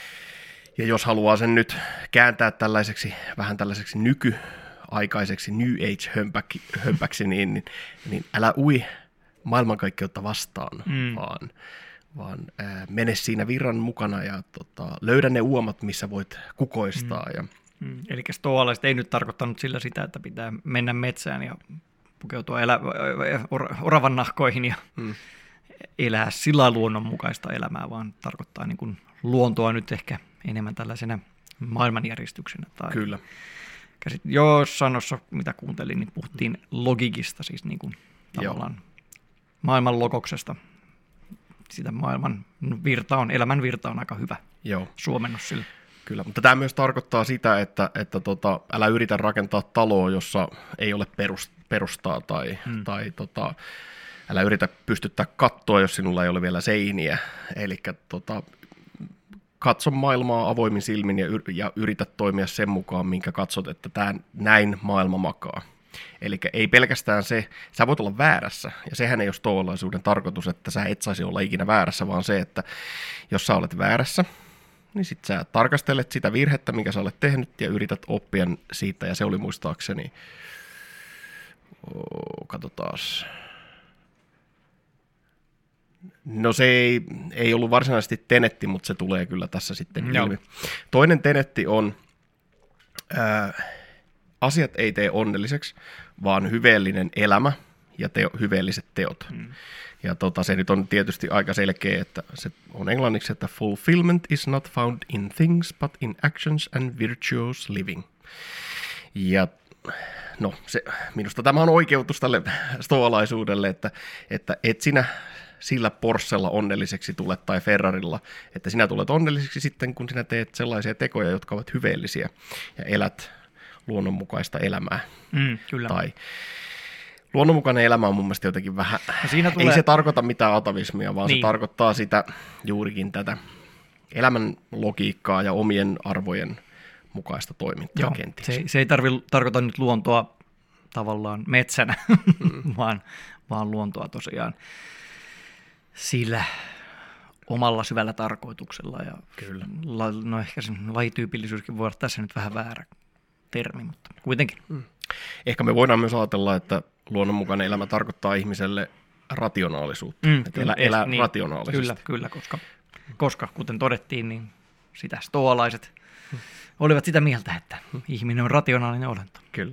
haluaa sen nyt kääntää vähän tällaiseksi nykyaikaiseksi New Age-hömpäksi, niin älä ui maailmankaikkeutta vastaan, vaan mene siinä virran mukana ja löydä ne uomat, missä voit kukoistaa. Eli stoalaiset ei nyt tarkoittanut sillä sitä, että pitää mennä metsään ja pukeutua oravan nahkoihin ja elää sillä luonnonmukaista elämää, vaan tarkoittaa niin kuin luontoa nyt ehkä enemmän tällaisena maailmanjärjestyksenä. Kyllä. Jossain noissa, mitä kuuntelin, niin puhuttiin logikista, siis niin kuin tavallaan maailman logoksesta. Sitä elämän virta on aika hyvä suomennos sille. Kyllä, mutta tämä myös tarkoittaa sitä, että älä yritä rakentaa taloa, jossa ei ole perustaa tai älä yritä pystyttää kattoa, jos sinulla ei ole vielä seiniä. Eli katso maailmaa avoimin silmin ja yritä toimia sen mukaan, minkä katsot, että näin maailma makaa. Eli ei pelkästään sä voit olla väärässä, ja sehän ei ole stoalaisuuden tarkoitus, että sä et saisi olla ikinä väärässä, vaan se, että jos sä olet väärässä, niin sit sä tarkastelet sitä virhettä, minkä sä olet tehnyt, ja yrität oppia siitä, ja se oli muistaakseni, katsotaas. No se ei ollut varsinaisesti tenetti, mutta se tulee kyllä tässä sitten ilmi. Toinen tenetti on, asiat ei tee onnelliseksi, vaan hyveellinen elämä ja hyveelliset teot. Ja se nyt on tietysti aika selkeä, että se on englanniksi, että fulfillment is not found in things, but in actions and virtuous living. Ja no, minusta tämä on oikeutus tälle stoalaisuudelle, että et sinä sillä Porschella onnelliseksi tule tai Ferrarilla, että sinä tulet onnelliseksi sitten, kun sinä teet sellaisia tekoja, jotka ovat hyveellisiä ja elät luonnonmukaista elämää. Kyllä. Tai luonnonmukainen elämä on mun mielestä jotenkin vähän, ei se tarkoita mitään atavismia, vaan se tarkoittaa sitä juurikin tätä elämän logiikkaa ja omien arvojen mukaista toimintaa kenties. Se ei tarkoita nyt luontoa tavallaan metsänä, vaan luontoa tosiaan sillä omalla syvällä tarkoituksella. Ja kyllä. No ehkä se lajityypillisyyskin voi olla tässä nyt vähän väärä termi, mutta kuitenkin. Ehkä me voidaan myös ajatella, että luonnonmukainen elämä tarkoittaa ihmiselle rationaalisuutta. Elää rationaalisesti. Kyllä, koska kuten todettiin, niin sitä stoalaiset olivat sitä mieltä, että ihminen on rationaalinen olento. Kyllä.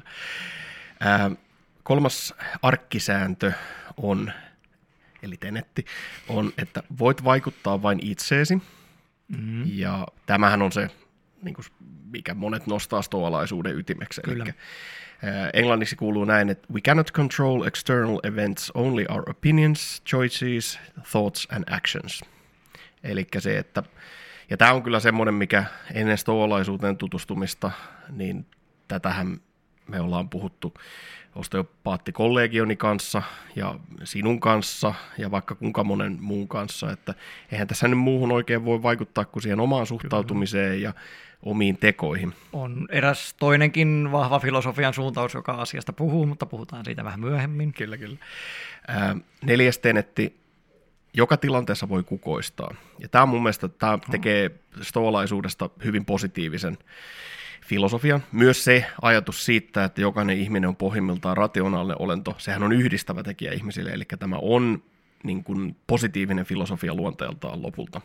Kolmas arkkisääntö on, eli tenetti, on, että voit vaikuttaa vain itseesi. Ja tämähän on se, niin kuin, mikä monet nostaa stoalaisuuden ytimeksi. Eli englanniksi kuuluu näin, että we cannot control external events, only our opinions, choices, thoughts and actions. Eli se, että, ja tämä on kyllä semmoinen, mikä ennen stoalaisuuteen tutustumista, niin tätähän me ollaan puhuttu osteopaattikollegioni kanssa ja sinun kanssa ja vaikka kuinka monen muun kanssa, että eihän tässä nyt muuhun oikein voi vaikuttaa kuin siihen omaan suhtautumiseen ja omiin tekoihin. On eräs toinenkin vahva filosofian suuntaus, joka asiasta puhuu, mutta puhutaan siitä vähän myöhemmin. Kyllä. Neljäs tenetti, joka tilanteessa voi kukoistaa. Ja tämä mun mielestä tämä tekee stoalaisuudesta hyvin positiivisen filosofian. Myös se ajatus siitä, että jokainen ihminen on pohjimmiltaan rationaalinen olento, sehän on yhdistävä tekijä ihmisille, eli tämä on niin kuin positiivinen filosofia luonteeltaan lopulta.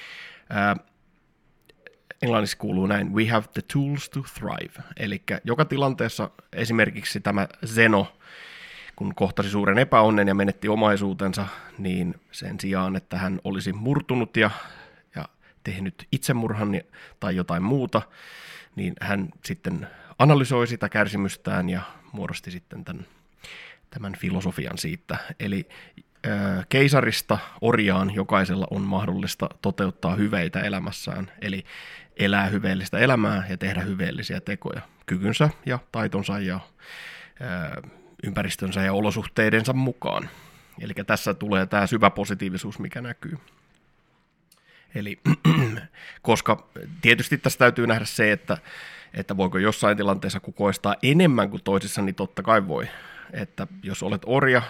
Englanniksi kuuluu näin, we have the tools to thrive, eli joka tilanteessa esimerkiksi tämä Zeno, kun kohtasi suuren epäonnen ja menetti omaisuutensa, niin sen sijaan, että hän olisi murtunut ja tehnyt itsemurhan tai jotain muuta, niin hän sitten analysoi sitä kärsimystään ja muodosti sitten tämän filosofian siitä. Eli keisarista orjaan jokaisella on mahdollista toteuttaa hyveitä elämässään, eli elää hyveellistä elämää ja tehdä hyveellisiä tekoja kykynsä ja taitonsa ja ympäristönsä ja olosuhteidensa mukaan. Eli tässä tulee tämä syvä positiivisuus, mikä näkyy. Eli koska tietysti tässä täytyy nähdä se, että voiko jossain tilanteessa kukoistaa enemmän kuin toisissa, niin totta kai voi. Että jos olet orja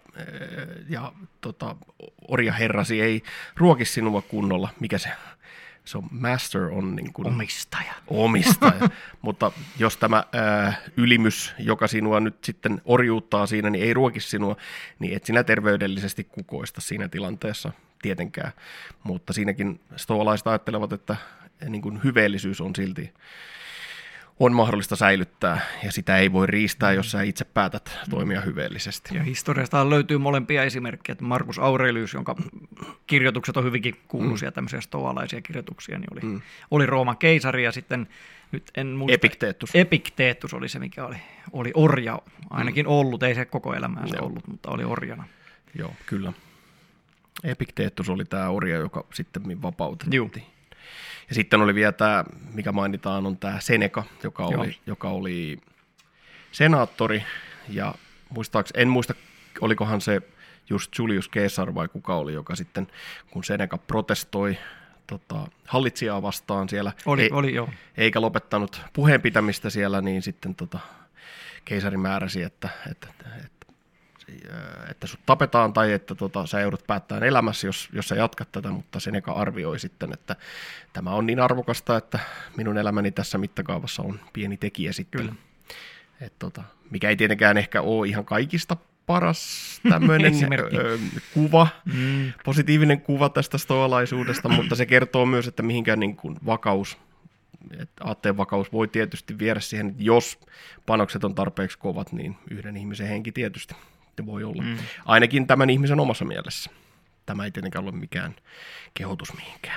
ja orjaherrasi ei ruoki sinua kunnolla, mikä se on master on niin kuin omistaja. Mutta jos tämä ylimys, joka sinua nyt sitten orjuuttaa siinä, niin ei ruoki sinua, niin et sinä terveydellisesti kukoista siinä tilanteessa tietenkään. Mutta siinäkin stoalaiset ajattelevat, että niin kuin hyveellisyys on silti on mahdollista säilyttää, ja sitä ei voi riistää, jos sä itse päätät toimia hyveellisesti. Ja historiasta löytyy molempia esimerkkejä, että Marcus Aurelius, jonka kirjoitukset on hyvinkin kuuluisia tämmöisiä stoalaisia kirjoituksia, niin oli Rooman keisari, ja sitten nyt en muista. Epikteettus oli se, mikä oli orja, ainakin ollut, ei se koko elämäänsä ollut, mutta oli orjana. Joo, kyllä. Epikteettus oli tämä orja, joka sitten vapautettiin. Ja sitten oli vielä tämä, mikä mainitaan, on tämä Seneca, joka oli senaattori, ja en muista, olikohan se just Julius Caesar vai kuka oli, joka sitten, kun Seneca protestoi hallitsijaa vastaan siellä, eikä lopettanut puheen pitämistä siellä, niin sitten keisari määräsi, että että sut tapetaan tai että sä joudut päättämään elämässä, jos sä jatkat tätä, mutta Seneca arvioi sitten, että tämä on niin arvokasta, että minun elämäni tässä mittakaavassa on pieni tekijä sitten. Kyllä. Mikä ei tietenkään ehkä ole ihan kaikista paras tämmöinen kuva, positiivinen kuva tästä stoalaisuudesta, mutta se kertoo myös, että mihinkään niin kuin vakaus, että aatteen vakaus voi tietysti viedä siihen, että jos panokset on tarpeeksi kovat, niin yhden ihmisen henki tietysti voi olla. Ainakin tämän ihmisen omassa mielessä. Tämä ei tietenkään ole mikään kehotus mihinkään.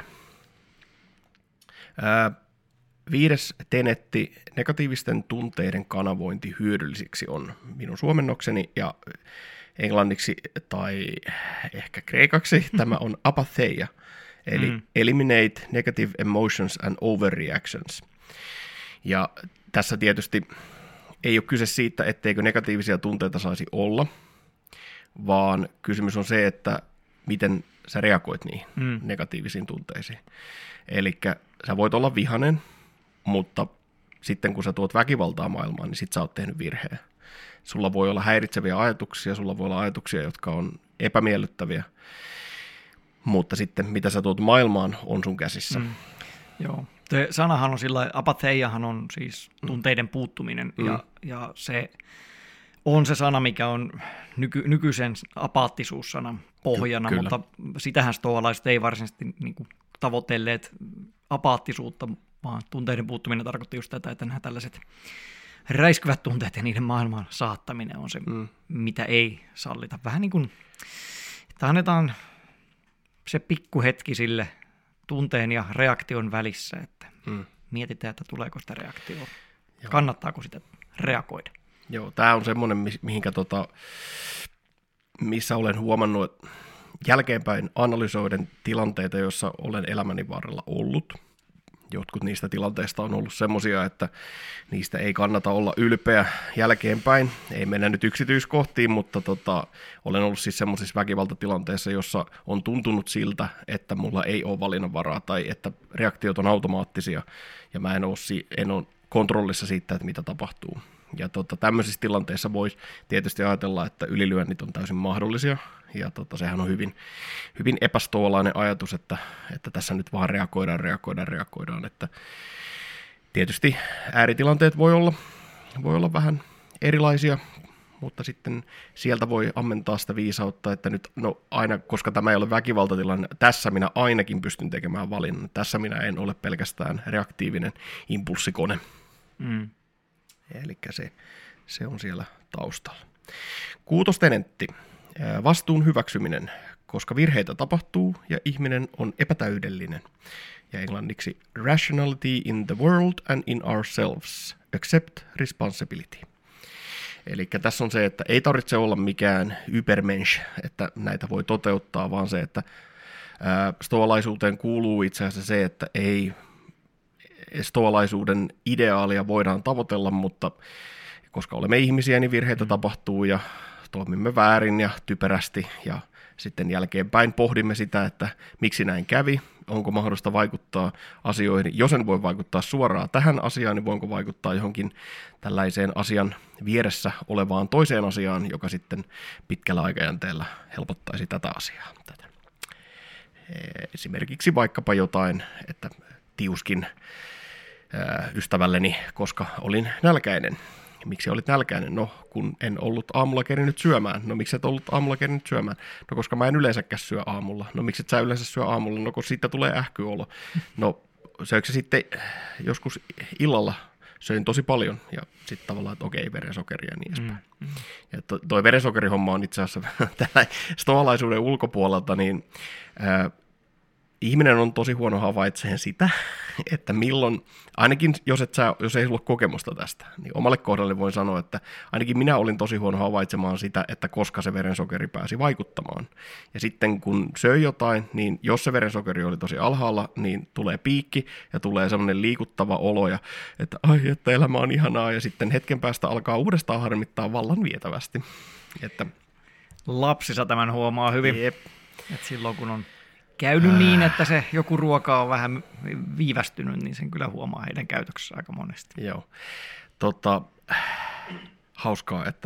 5. tenetti, negatiivisten tunteiden kanavointi hyödyllisiksi on minun suomennokseni, ja englanniksi tai ehkä kreikaksi tämä on apatheia, eli eliminate negative emotions and overreactions. Ja tässä tietysti ei ole kyse siitä, etteikö negatiivisia tunteita saisi olla, vaan kysymys on se, että miten sä reagoit niihin negatiivisiin tunteisiin. Eli sä voit olla vihainen, mutta sitten kun sä tuot väkivaltaa maailmaan, niin sit sä oot tehnyt virheen. Sulla voi olla häiritseviä ajatuksia, sulla voi olla ajatuksia, jotka on epämiellyttäviä, mutta sitten mitä sä tuot maailmaan on sun käsissä. Joo. Se sanahan on sillä, apatheiahan on siis tunteiden puuttuminen, ja se on se sana, mikä on nykyisen apaattisuussanan pohjana, Kyllä. mutta sitähän stoalaiset ei varsinaisesti niin kuin tavoitelleet apaattisuutta, vaan tunteiden puuttuminen tarkoitti just tätä, että nämä tällaiset räiskyvät tunteet ja niiden maailmaan saattaminen on se, mitä ei sallita. Vähän niin kuin, että annetaan se pikkuhetki sille tunteen ja reaktion välissä, että mietitään, että tuleeko sitä reaktiota, kannattaako sitä reagoida. Joo, tämä on semmoinen, mihinkä missä olen huomannut jälkeenpäin analysoiden tilanteita, joissa olen elämäni varrella ollut. Jotkut niistä tilanteista on ollut semmoisia, että niistä ei kannata olla ylpeä jälkeenpäin. Ei mennä nyt yksityiskohtiin, mutta olen ollut siis semmoisissa väkivaltatilanteissa, jossa on tuntunut siltä, että mulla ei ole valinnanvaraa tai että reaktiot on automaattisia ja mä en ole kontrollissa siitä, että mitä tapahtuu. Ja tämmöisissä tilanteissa voisi tietysti ajatella, että ylilyönnit on täysin mahdollisia, ja sehän on hyvin, hyvin epästoalainen ajatus, että tässä nyt vaan reagoidaan, että tietysti ääritilanteet voi olla vähän erilaisia, mutta sitten sieltä voi ammentaa sitä viisautta, että nyt aina, koska tämä ei ole väkivaltatilanne, tässä minä ainakin pystyn tekemään valinnan, tässä minä en ole pelkästään reaktiivinen impulssikone. Eli se on siellä taustalla. 6. tenetti. Vastuun hyväksyminen, koska virheitä tapahtuu ja ihminen on epätäydellinen. Ja englanniksi rationality in the world and in ourselves, accept responsibility. Eli tässä on se, että ei tarvitse olla mikään übermensch, että näitä voi toteuttaa, vaan se, että stoalaisuuteen kuuluu itse asiassa se, että ei stoalaisuuden ideaalia voidaan tavoitella, mutta koska olemme ihmisiä, niin virheitä tapahtuu ja toimimme väärin ja typerästi ja sitten jälkeenpäin pohdimme sitä, että miksi näin kävi, onko mahdollista vaikuttaa asioihin. Jos en voi vaikuttaa suoraan tähän asiaan, niin voinko vaikuttaa johonkin tällaiseen asian vieressä olevaan toiseen asiaan, joka sitten pitkällä aikajänteellä helpottaisi tätä asiaa. Esimerkiksi vaikkapa jotain, että tiuskin ystävälleni, koska olin nälkäinen. Miksi olit nälkäinen? No, kun en ollut aamulla kerinyt syömään. No, miksi et ollut aamulla kerinyt syömään? No, koska mä en yleensäkään syö aamulla. No, miksi et sä yleensä syö aamulla? No, kun siitä tulee ähkyolo. No, söikö sitten joskus illalla? Söin tosi paljon ja sitten tavallaan, että okei, verensokeria ja niin edespäin. Ja toi verensokerihomma on itse asiassa tällä stoalaisuuden ulkopuolelta, niin ihminen on tosi huono havaitseen sitä, että milloin, ainakin jos ei sulla ole kokemusta tästä, niin omalle kohdalle voin sanoa, että ainakin minä olin tosi huono havaitsemaan sitä, että koska se verensokeri pääsi vaikuttamaan. Ja sitten kun söi jotain, niin jos se verensokeri oli tosi alhaalla, niin tulee piikki ja tulee semmoinen liikuttava olo, ja että ai, että elämä on ihanaa, ja sitten hetken päästä alkaa uudestaan harmittaa vallan vietävästi. Että lapsissa tämän huomaa hyvin, jep. että silloin kun on käynyt niin, että se joku ruoka on vähän viivästynyt, niin sen kyllä huomaa heidän käytöksessä aika monesti. Joo. Hauskaa, että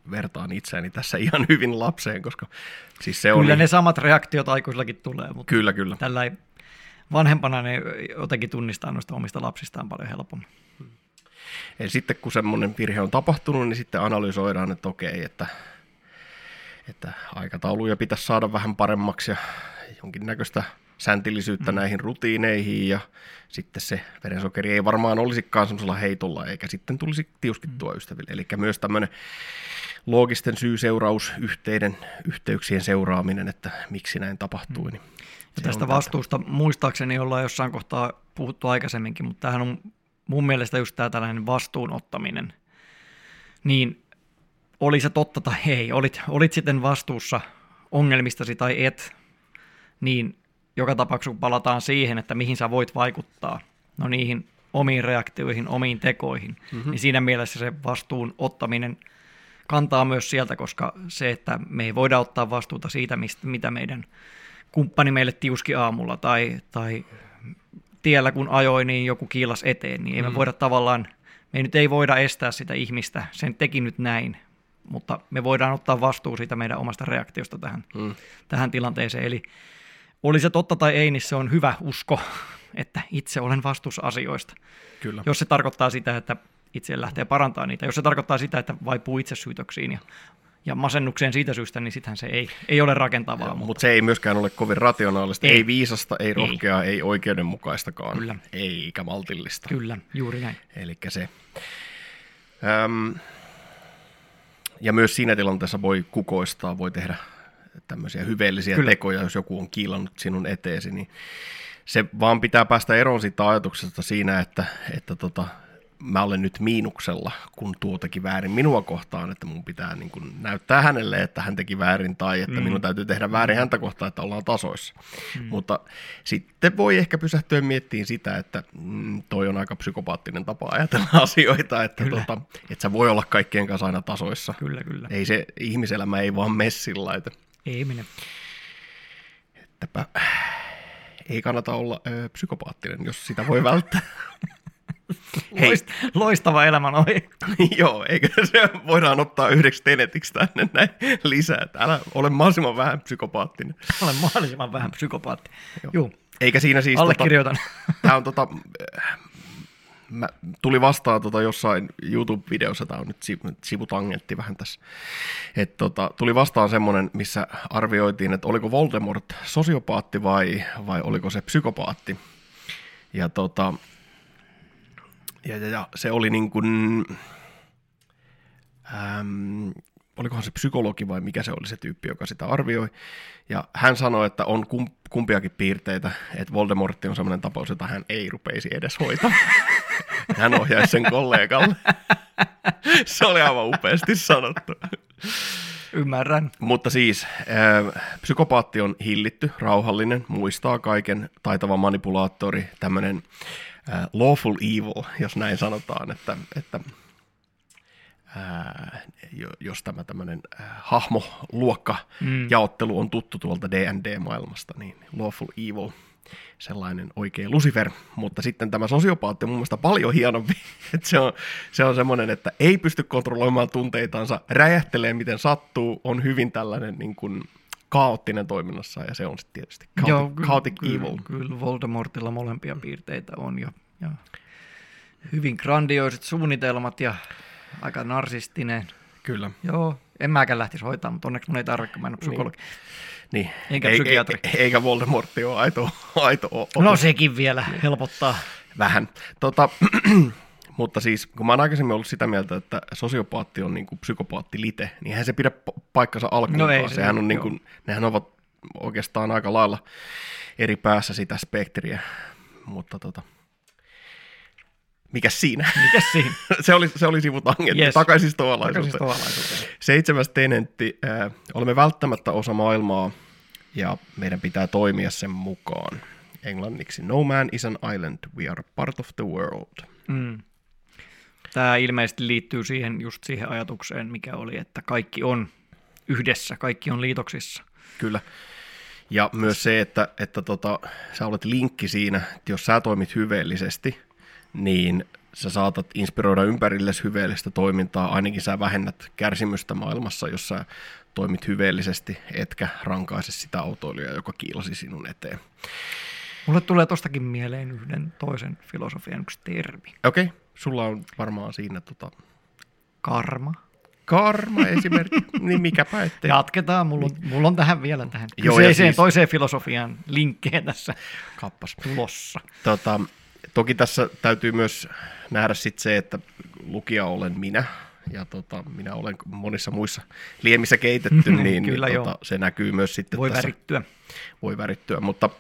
vertaan itseäni tässä ihan hyvin lapseen, koska siis se on... Kyllä ne samat reaktiot aikuisillakin tulee, mutta Kyllä. tällä ei vanhempana ne jotenkin tunnistaa noista omista lapsistaan paljon helpommin. Eli sitten kun semmoinen virhe on tapahtunut, niin sitten analysoidaan, että okei, että aikatauluja pitäisi saada vähän paremmaksi ja jonkinnäköistä säntillisyyttä näihin rutiineihin ja sitten se verensokeri ei varmaan olisikaan semmoisella heitolla eikä sitten tulisi tiuskittua ystäville. Eli myös tämmöinen loogisten yhteyksien seuraaminen, että miksi näin tapahtui. Niin ja tästä vastuusta muistaakseni ollaan jossain kohtaa puhuttu aikaisemminkin, mutta tämähän on mun mielestä just tämä tällainen vastuun ottaminen. Niin oli se totta tai ei, olit sitten vastuussa ongelmistasi tai et, niin joka tapauksessa kun palataan siihen, että mihin sä voit vaikuttaa, no niihin omiin reaktioihin, omiin tekoihin, niin siinä mielessä se vastuun ottaminen kantaa myös sieltä, koska se, että me ei voida ottaa vastuuta siitä, mitä meidän kumppani meille tiuski aamulla tai tiellä kun ajoi, niin joku kiilas eteen, niin ei me voida tavallaan, me nyt ei voida estää sitä ihmistä, sen teki nyt näin, mutta me voidaan ottaa vastuu siitä meidän omasta reaktiosta tähän tilanteeseen. Eli oli se totta tai ei, niin se on hyvä usko, että itse olen vastuussa asioista. Kyllä. Jos se tarkoittaa sitä, että itse lähtee parantamaan niitä, jos se tarkoittaa sitä, että vaipuu itsesyytöksiin ja masennukseen siitä syystä, niin sittenhän se ei ole rakentavaa. Mutta se ei myöskään ole kovin rationaalista, ei viisasta, ei rohkeaa, ei oikeudenmukaistakaan, Kyllä. Eikä maltillista. Kyllä, juuri näin. Elikkä se. Ja myös siinä tilanteessa voi kukoistaa, voi tehdä tämmöisiä hyveellisiä Kyllä. tekoja, jos joku on kiilannut sinun eteesi, niin se vaan pitää päästä eroon siitä ajatuksesta siinä, että mä olen nyt miinuksella, kun tuo teki väärin minua kohtaan, että mun pitää niin kuin näyttää hänelle, että hän teki väärin, tai että minun täytyy tehdä väärin häntä kohtaan, että ollaan tasoissa. Mutta sitten voi ehkä pysähtyä miettimään sitä, että toi on aika psykopaattinen tapa ajatella asioita, että sä voi olla kaikkien kanssa aina tasoissa. Kyllä. Ei se ihmiselämä ei vaan mene sillä lailla. Ei mene. Ettäpä ei kannata olla psykopaattinen, jos sitä voi välttää. Loistava elämänohje. Joo, eikö se voidaan ottaa yhdeksi tenetiksi tänne näin lisää. Älä ole mahdollisimman vähän psykopaattinen. Olen mahdollisimman vähän psykopaatti. Joo. Eikä siinä siis... Allekirjoitan. Tämä on tuli vastaan jossain YouTube-videossa, tämä on nyt sivutangentti vähän tässä, että tuli vastaan semmoinen, missä arvioitiin, että oliko Voldemort sosiopaatti vai oliko se psykopaatti. Ja se oli niin kuin, olikohan se psykologi vai mikä se oli se tyyppi, joka sitä arvioi. Ja hän sanoi, että on kumpiakin piirteitä, että Voldemort on sellainen tapaus, jota hän ei rupeisi edes hoitamaan. Hän ohjaisi sen kollegalle. Se oli aivan upeasti sanottu. Ymmärrän. Mutta siis psykopaatti on hillitty, rauhallinen, muistaa kaiken, taitava manipulaattori, tämmöinen lawful evil, jos näin sanotaan, että jos tämä tämmöinen hahmoluokka-jaottelu on tuttu tuolta D&D-maailmasta, niin lawful evil, sellainen oikea Lucifer, mutta sitten tämä sosiopaatti on mun mielestä paljon hienompi, että se on semmoinen, että ei pysty kontrolloimaan tunteitansa, räjähtelee miten sattuu, on hyvin tällainen niin kuin kaoottinen toiminnassa, ja se on sitten tietysti chaotic evil. Kyllä Voldemortilla molempia piirteitä on, ja hyvin grandioiset suunnitelmat, ja aika narsistinen. Kyllä. Joo, en mäkään lähtisi hoitaa, mutta onneksi mun ei tarvitse, kun mä en ole psykologi. Niin. Enkä psykiatri. Eikä Voldemortti ole aito. No sekin vielä helpottaa. Vähän. Mutta siis, kun mä oon aikaisemmin ollut sitä mieltä, että sosiopaatti on niin kuin psykopaattilite, niin eihän se pidä paikkansa alkuunkaan. Sehän on niin kuin, nehän ovat oikeastaan aika lailla eri päässä sitä spektriä, mutta mikäs siinä? se oli sivutangentti. Yes. Takaisin stoalaisuuteen. 7. tenentti. Olemme välttämättä osa maailmaa ja meidän pitää toimia sen mukaan. Englanniksi no man is an island, we are part of the world. Tämä ilmeisesti liittyy just siihen ajatukseen, mikä oli, että kaikki on yhdessä, kaikki on liitoksissa. Kyllä. Ja myös se, että sä olet linkki siinä, että jos sä toimit hyveellisesti, niin sä saatat inspiroida ympärillesi hyveellistä toimintaa, ainakin sä vähennät kärsimystä maailmassa, jos sä toimit hyveellisesti, etkä rankaise sitä autoilijaa, joka kiilasi sinun eteen. Mulle tulee tostakin mieleen yhden toisen filosofian yksi termi. Okei, sulla on varmaan siinä Karma. Karma esimerkiksi, niin mikäpä ettei. Jatketaan, mulla on tähän vielä tähän Joo, kyseiseen siis toiseen filosofiaan linkkejä tässä kappas tulossa. Toki tässä täytyy myös nähdä sitten se, että lukija olen minä, ja minä olen monissa muissa liemissä keitetty, niin, Kyllä niin joo. se näkyy myös sitten Voi tässä. värittyä. Voi värittyä, mutta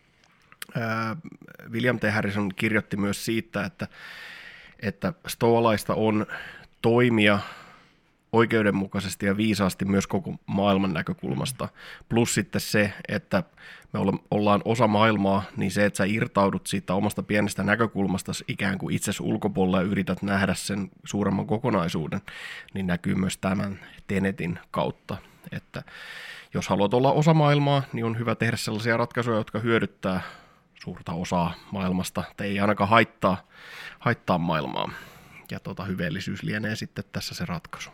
William T. Harrison kirjoitti myös siitä, että stoalaista on toimia oikeudenmukaisesti ja viisaasti myös koko maailman näkökulmasta. Plus sitten se, että me ollaan osa maailmaa, niin se, että sä irtaudut siitä omasta pienestä näkökulmasta ikään kuin itsesi ulkopuolella ja yrität nähdä sen suuremman kokonaisuuden, niin näkyy myös tämän Tenetin kautta. Että jos haluat olla osa maailmaa, niin on hyvä tehdä sellaisia ratkaisuja, jotka hyödyttää suurta osaa maailmasta, tai ei ainakaan haittaa maailmaa. Ja hyveellisyys lienee sitten tässä se ratkaisu.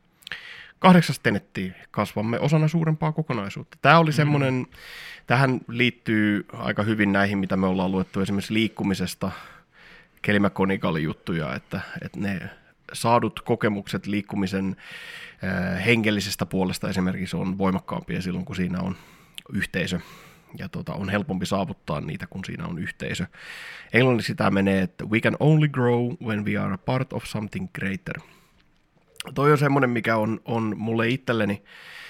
8. tenetti, kasvamme osana suurempaa kokonaisuutta. Tämä oli semmoinen, tähän liittyy aika hyvin näihin, mitä me ollaan luettu esimerkiksi liikkumisesta, Kelly McGonigalin juttuja, että ne saadut kokemukset liikkumisen hengellisestä puolesta esimerkiksi on voimakkaampia silloin, kun siinä on yhteisö. Ja on helpompi saavuttaa niitä, kun siinä on yhteisö. Englanniksi tämä menee, että we can only grow when we are a part of something greater. Toi on semmoinen, mikä on mulle itselleni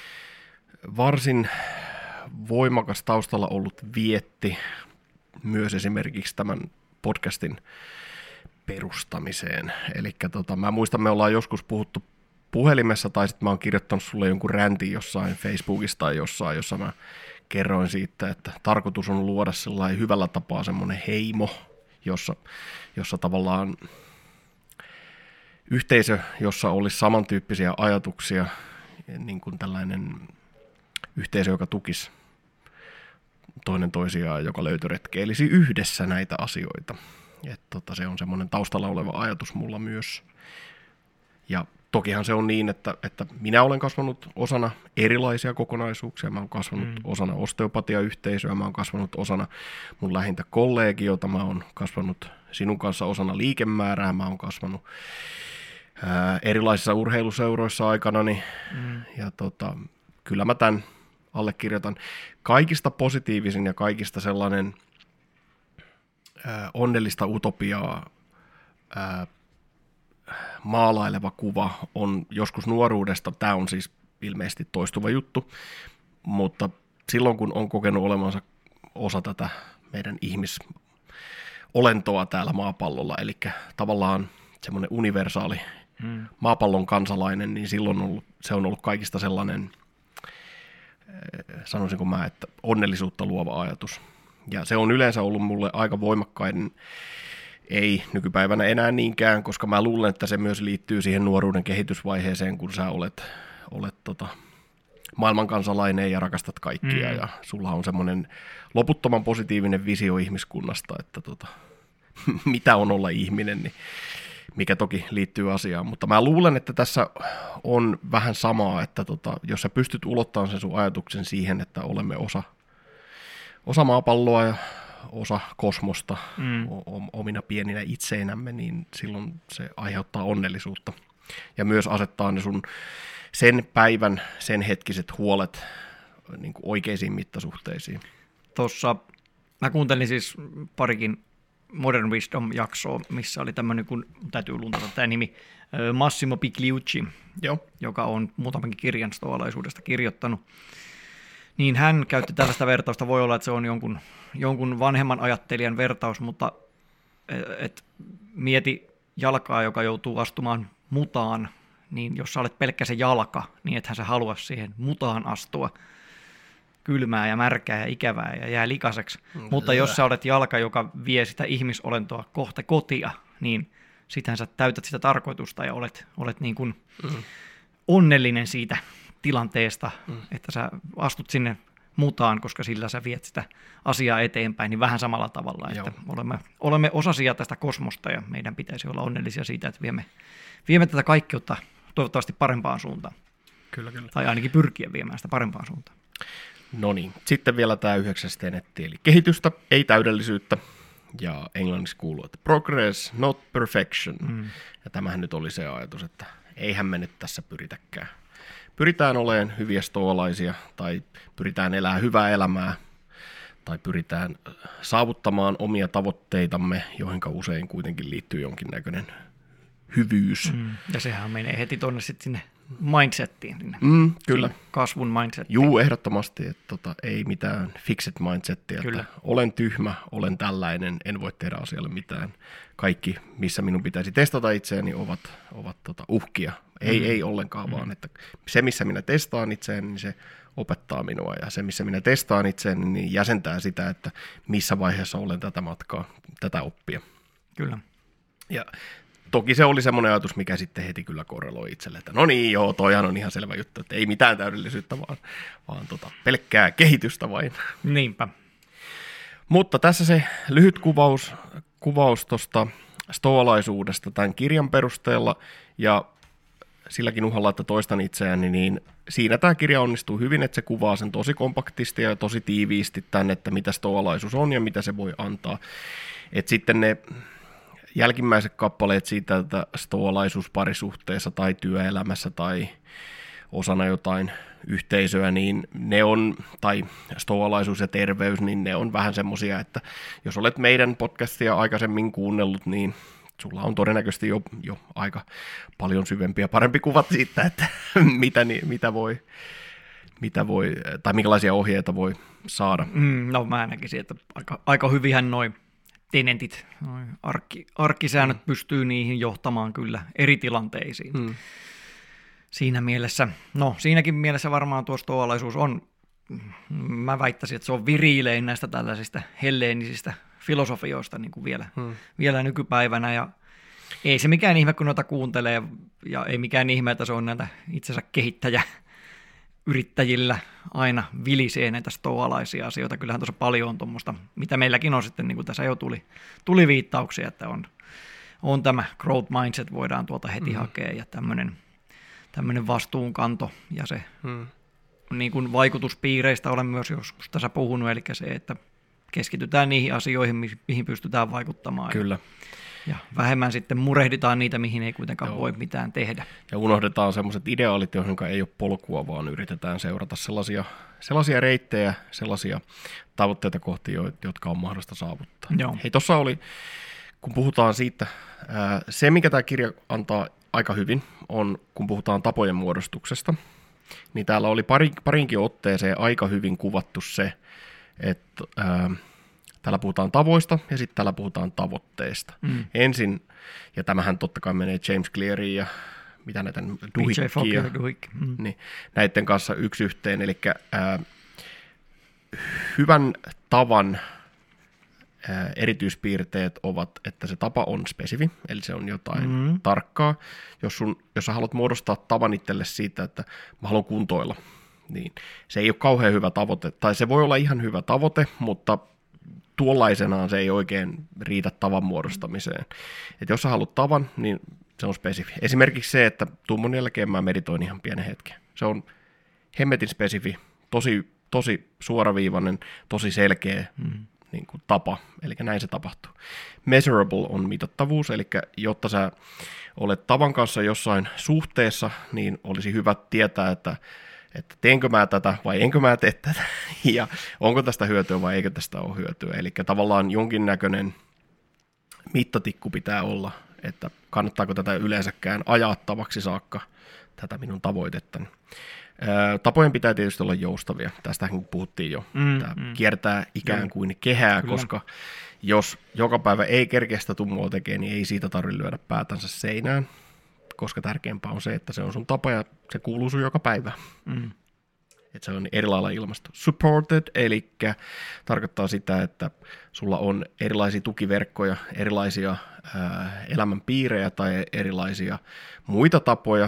varsin voimakas taustalla ollut vietti myös esimerkiksi tämän podcastin perustamiseen. Eli mä muistan, me ollaan joskus puhuttu puhelimessa, tai sitten mä oon kirjoittanut sulle jonkun räntin jossain Facebookissa tai jossain, jossa mä kerroin siitä, että tarkoitus on luoda sellainen hyvällä tapaa semmoinen heimo, jossa tavallaan yhteisö, jossa olisi samantyyppisiä ajatuksia, niin kuin tällainen yhteisö, joka tukisi toinen toisiaan, joka löytöretkeilisi yhdessä näitä asioita. Se on semmoinen taustalla oleva ajatus mulla myös. Ja tokihan se on niin, että minä olen kasvanut osana erilaisia kokonaisuuksia. Mä oon kasvanut osana osteopatiayhteisöä, mä oon kasvanut osana mun lähintä kollegiota, mä oon kasvanut sinun kanssa osana liikemäärää, mä oon kasvanut erilaisissa urheiluseuroissa aikanani. Ja kyllä mä tämän allekirjoitan. Kaikista positiivisin ja kaikista sellainen onnellista utopiaa maalaileva kuva on joskus nuoruudesta. Tämä on siis ilmeisesti toistuva juttu, mutta silloin kun on kokenut olemansa osa tätä meidän ihmisolentoa täällä maapallolla, eli tavallaan semmoinen universaali maapallon kansalainen, niin silloin se on ollut kaikista sellainen, sanoisinko mä, että onnellisuutta luova ajatus. Ja se on yleensä ollut mulle aika voimakkainen, ei nykypäivänä enää niinkään, koska mä luulen, että se myös liittyy siihen nuoruuden kehitysvaiheeseen, kun sä olet maailmankansalainen ja rakastat kaikkia, ja sulla on semmoinen loputtoman positiivinen visio ihmiskunnasta, että mitä on olla ihminen, niin mikä toki liittyy asiaan. Mutta mä luulen, että tässä on vähän samaa, että jos sä pystyt ulottamaan sen sun ajatuksen siihen, että olemme osa maapalloa ja osa kosmosta omina pieninä itseinämme, niin silloin se aiheuttaa onnellisuutta. Ja myös asettaa ne sen päivän, sen hetkiset huolet niin kuin oikeisiin mittasuhteisiin. Tuossa mä kuuntelin siis parikin Modern Wisdom-jaksoa, missä oli tämmöinen, kun täytyy luntata tämä nimi, Massimo Pigliucci, joka on muutamankin kirjan stoalaisuudesta kirjoittanut. Niin hän käytti tällaista vertausta, voi olla, että se on jonkun vanhemman ajattelijan vertaus, mutta mieti jalkaa, joka joutuu astumaan mutaan, niin jos sä olet pelkkä se jalka, niin ethän sä halua siihen mutaan astua, kylmää ja märkää ja ikävää ja jää likaiseksi. Mutta jos sä olet jalka, joka vie sitä ihmisolentoa kohta kotia, niin sitähän sä täytät sitä tarkoitusta ja olet niin kuin onnellinen siitä tilanteesta, että sä astut sinne mutaan, koska sillä sä viet sitä asiaa eteenpäin, niin vähän samalla tavalla, että olemme osasia tästä kosmosta ja meidän pitäisi olla onnellisia siitä, että viemme tätä kaikkeutta toivottavasti parempaan suuntaan. Kyllä. Tai ainakin pyrkiä viemään sitä parempaan suuntaan. No niin, sitten vielä tämä 9. tenetti, eli kehitystä, ei täydellisyyttä, ja englanniksi kuuluu, että progress, not perfection. Ja tämähän nyt oli se ajatus, että eihän me nyt tässä pyritäkään. Pyritään olemaan hyviä stoalaisia, tai pyritään elämään hyvää elämää, tai pyritään saavuttamaan omia tavoitteitamme, joihin usein kuitenkin liittyy jonkinnäköinen hyvyys. Ja sehän menee heti tuonne sitten sinne mindsettiin. Sinne. Kyllä. Sinne kasvun mindsettiin. Juu, ehdottomasti. Että ei mitään fixed mindsettiä. Kyllä. Että olen tyhmä, olen tällainen, en voi tehdä asialle mitään. Kaikki, missä minun pitäisi testata itseäni, ovat uhkia. Ei ollenkaan, vaan että se, missä minä testaan itseäni, niin se opettaa minua. Ja se, missä minä testaan itseäni, niin jäsentää sitä, että missä vaiheessa olen tätä matkaa, tätä oppia. Kyllä. Ja toki se oli semmoinen ajatus, mikä sitten heti kyllä korreloi itselle, että no niin, joo, toihan on ihan selvä juttu, että ei mitään täydellisyyttä, vaan pelkkää kehitystä vain. Niinpä. Mutta tässä se lyhyt kuvaus tuosta stoalaisuudesta tämän kirjan perusteella, ja silläkin uhalla, että toistan itseäni, niin siinä tämä kirja onnistuu hyvin, että se kuvaa sen tosi kompaktisti ja tosi tiiviisti tämän, että mitä stoalaisuus on ja mitä se voi antaa. Että sitten ne jälkimmäiset kappaleet siitä, että stoalaisuus parisuhteessa tai työelämässä tai osana jotain yhteisöä, niin ne on, tai stoalaisuus ja terveys, niin ne on vähän semmoisia, että jos olet meidän podcastia aikaisemmin kuunnellut, niin sulla on todennäköisesti jo aika paljon syvempiä, parempi kuvat siitä, että mitä voi, tai minkälaisia ohjeita voi saada. No mä näkisin, että aika hyvinhän noi tenentit, noi arkkisäännöt pystyy niihin johtamaan kyllä eri tilanteisiin. Siinä mielessä, no siinäkin mielessä varmaan tuo stoalaisuus on, mä väittäisin, että se on viriilein näistä tällaisista helleenisistä filosofioista niin kuin vielä nykypäivänä, ja ei se mikään ihme, kun noita kuuntelee, ja ei mikään ihme, että se on näitä itsensä kehittäjäyrittäjillä aina vilisee näitä stoalaisia asioita. Kyllähän tuossa paljon on tuommoista, mitä meilläkin on sitten, niin kuin tässä jo tuli viittauksia, että on tämä growth mindset, voidaan tuolta heti hakea, ja tämmöinen vastuunkanto, ja se niin kuin vaikutuspiireistä olen myös joskus tässä puhunut, eli se, että keskitytään niihin asioihin, mihin pystytään vaikuttamaan. Kyllä. Ja vähemmän sitten murehditaan niitä, mihin ei kuitenkaan voi mitään tehdä. Ja unohdetaan sellaiset ideaalit, joihin ei ole polkua, vaan yritetään seurata sellaisia reittejä, sellaisia tavoitteita kohti, jotka on mahdollista saavuttaa. Joo. Hei, tuossa oli, kun puhutaan siitä, se mikä tämä kirja antaa aika hyvin, on kun puhutaan tapojen muodostuksesta, niin täällä oli parinkin otteeseen aika hyvin kuvattu se, että täällä puhutaan tavoista ja sitten täällä puhutaan tavoitteista. Ensin, ja tämähän totta kai menee James Cleariin ja mitä näitä Duhigg. Niin, näiden kanssa yksi yhteen, eli hyvän tavan erityispiirteet ovat, että se tapa on spesifi, eli se on jotain tarkkaa. Jos sä haluat muodostaa tavan itselle siitä, että mä haluan kuntoilla, niin se ei ole kauhean hyvä tavoite, tai se voi olla ihan hyvä tavoite, mutta tuollaisenaan se ei oikein riitä tavan muodostamiseen. Et jos sä haluat tavan, niin se on spesifi. Esimerkiksi se, että tummon jälkeen mä meditoin ihan pienen hetken. Se on hemmetin spesifi, tosi suoraviivainen, tosi selkeä niin kuin tapa, eli näin se tapahtuu. Measurable on mitattavuus, eli jotta sä olet tavan kanssa jossain suhteessa, niin olisi hyvä tietää, että teenkö mä tätä vai enkö mä tee tätä, ja onko tästä hyötyä vai eikö tästä ole hyötyä. Eli tavallaan jonkinnäköinen mittatikku pitää olla, että kannattaako tätä yleensäkään ajaa tavaksi saakka, tätä minun tavoitettani. Tapojen pitää tietysti olla joustavia. Tästähän puhuttiin jo. Tämä kiertää ikään kuin kehää, kyllä. Koska jos joka päivä ei kerkeästä tummoa tekee, niin ei siitä tarvitse lyödä päätänsä seinään, koska tärkeämpää on se, että se on sun tapa ja se kuuluu sun joka päivä. Että se on eri lailla ilmasto. Supported, eli tarkoittaa sitä, että sulla on erilaisia tukiverkkoja, erilaisia elämänpiirejä tai erilaisia muita tapoja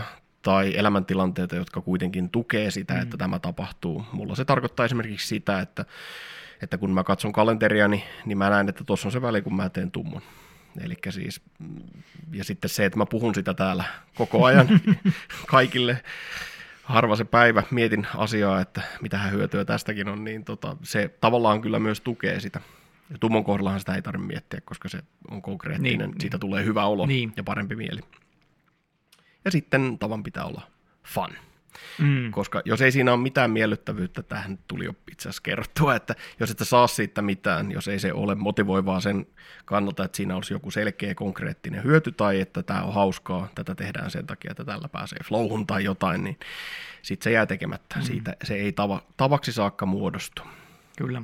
tai elämäntilanteita, jotka kuitenkin tukee sitä, että tämä tapahtuu. Mulla se tarkoittaa esimerkiksi sitä, että kun mä katson kalenteria, niin mä näen, että tuossa on se väli, kun mä teen tummon. Elikkä siis, ja sitten se, että mä puhun sitä täällä koko ajan kaikille, harva se päivä mietin asiaa, että mitähän hyötyä tästäkin on, niin se tavallaan kyllä myös tukee sitä. Ja tummon kohdallahan sitä ei tarvitse miettiä, koska se on konkreettinen, siitä tulee hyvä olo ja parempi mieli. Ja sitten tavan pitää olla fun. Koska jos ei siinä ole mitään miellyttävyyttä, tähän tuli jo itse asiassa kerrottua, että jos et saa siitä mitään, jos ei se ole motivoivaa sen kannalta, että siinä olisi joku selkeä konkreettinen hyöty tai että tämä on hauskaa, tätä tehdään sen takia, että tällä pääsee flowhun tai jotain, niin sitten se jää tekemättä. Siitä se ei tavaksi saakka muodostu. Kyllä.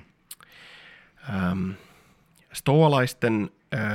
Stoalaisten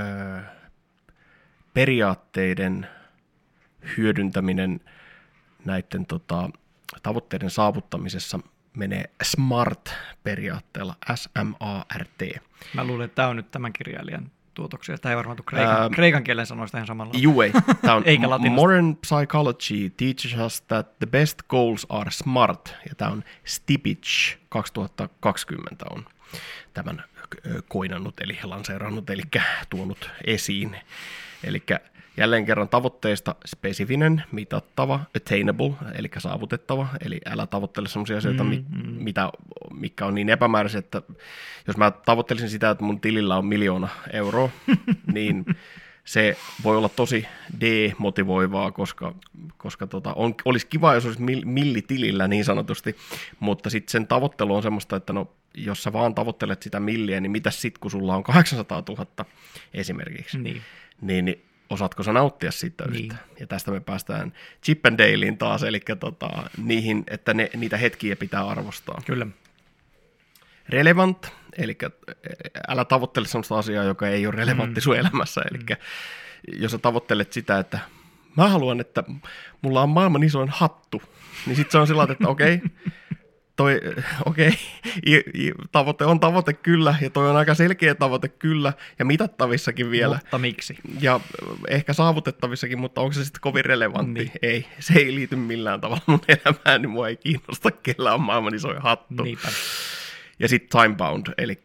periaatteiden hyödyntäminen näiden tavoitteiden saavuttamisessa menee SMART-periaatteella, S-M-A-R-T. Mä luulen, että tämä on nyt tämän kirjailijan tuotoksia. Tämä ei varmaan tule kreikan kielen sanoista ihan samalla. Juu, ei. Tämä on eikä latinasta. Modern Psychology teaches us that the best goals are smart. Ja tämä on Stipich 2020 on tämän koinannut, eli lanseerannut, eli tuonut esiin. Eli jälleen kerran tavoitteista spesifinen, mitattava, attainable, eli saavutettava, eli älä tavoittele sellaisia asioita, mitkä on niin epämääräisiä, että jos mä tavoittelisin sitä, että mun tilillä on 1 000 000 euroa, niin se voi olla tosi demotivoivaa, koska olisi kiva, jos olisi millitilillä niin sanotusti, mutta sitten sen tavoittelu on semmoista, että no, jos sä vaan tavoittelet sitä milliä, niin mitäs sitten, kun sulla on 800 000 esimerkiksi, niin osaatko sä nauttia siitä yhtään? Ja tästä me päästään Chip and Daleen taas, eli niihin, että niitä hetkiä pitää arvostaa. Kyllä. Relevant, eli älä tavoittele sellaista asiaa, joka ei ole relevantti sun elämässä. Eli jos sä tavoittelet sitä, että mä haluan, että mulla on maailman isoin hattu, niin sitten se on sillä että tavoite on tavoite kyllä, ja toi on aika selkeä tavoite kyllä, ja mitattavissakin vielä. Mutta miksi? Ja ehkä saavutettavissakin, mutta onko se sitten kovin relevantti? Niin. Ei, se ei liity millään tavalla mun elämään, niin mua ei kiinnosta, kellä on maailman isoin hattu. Niinpä. Ja sitten time-bound, eli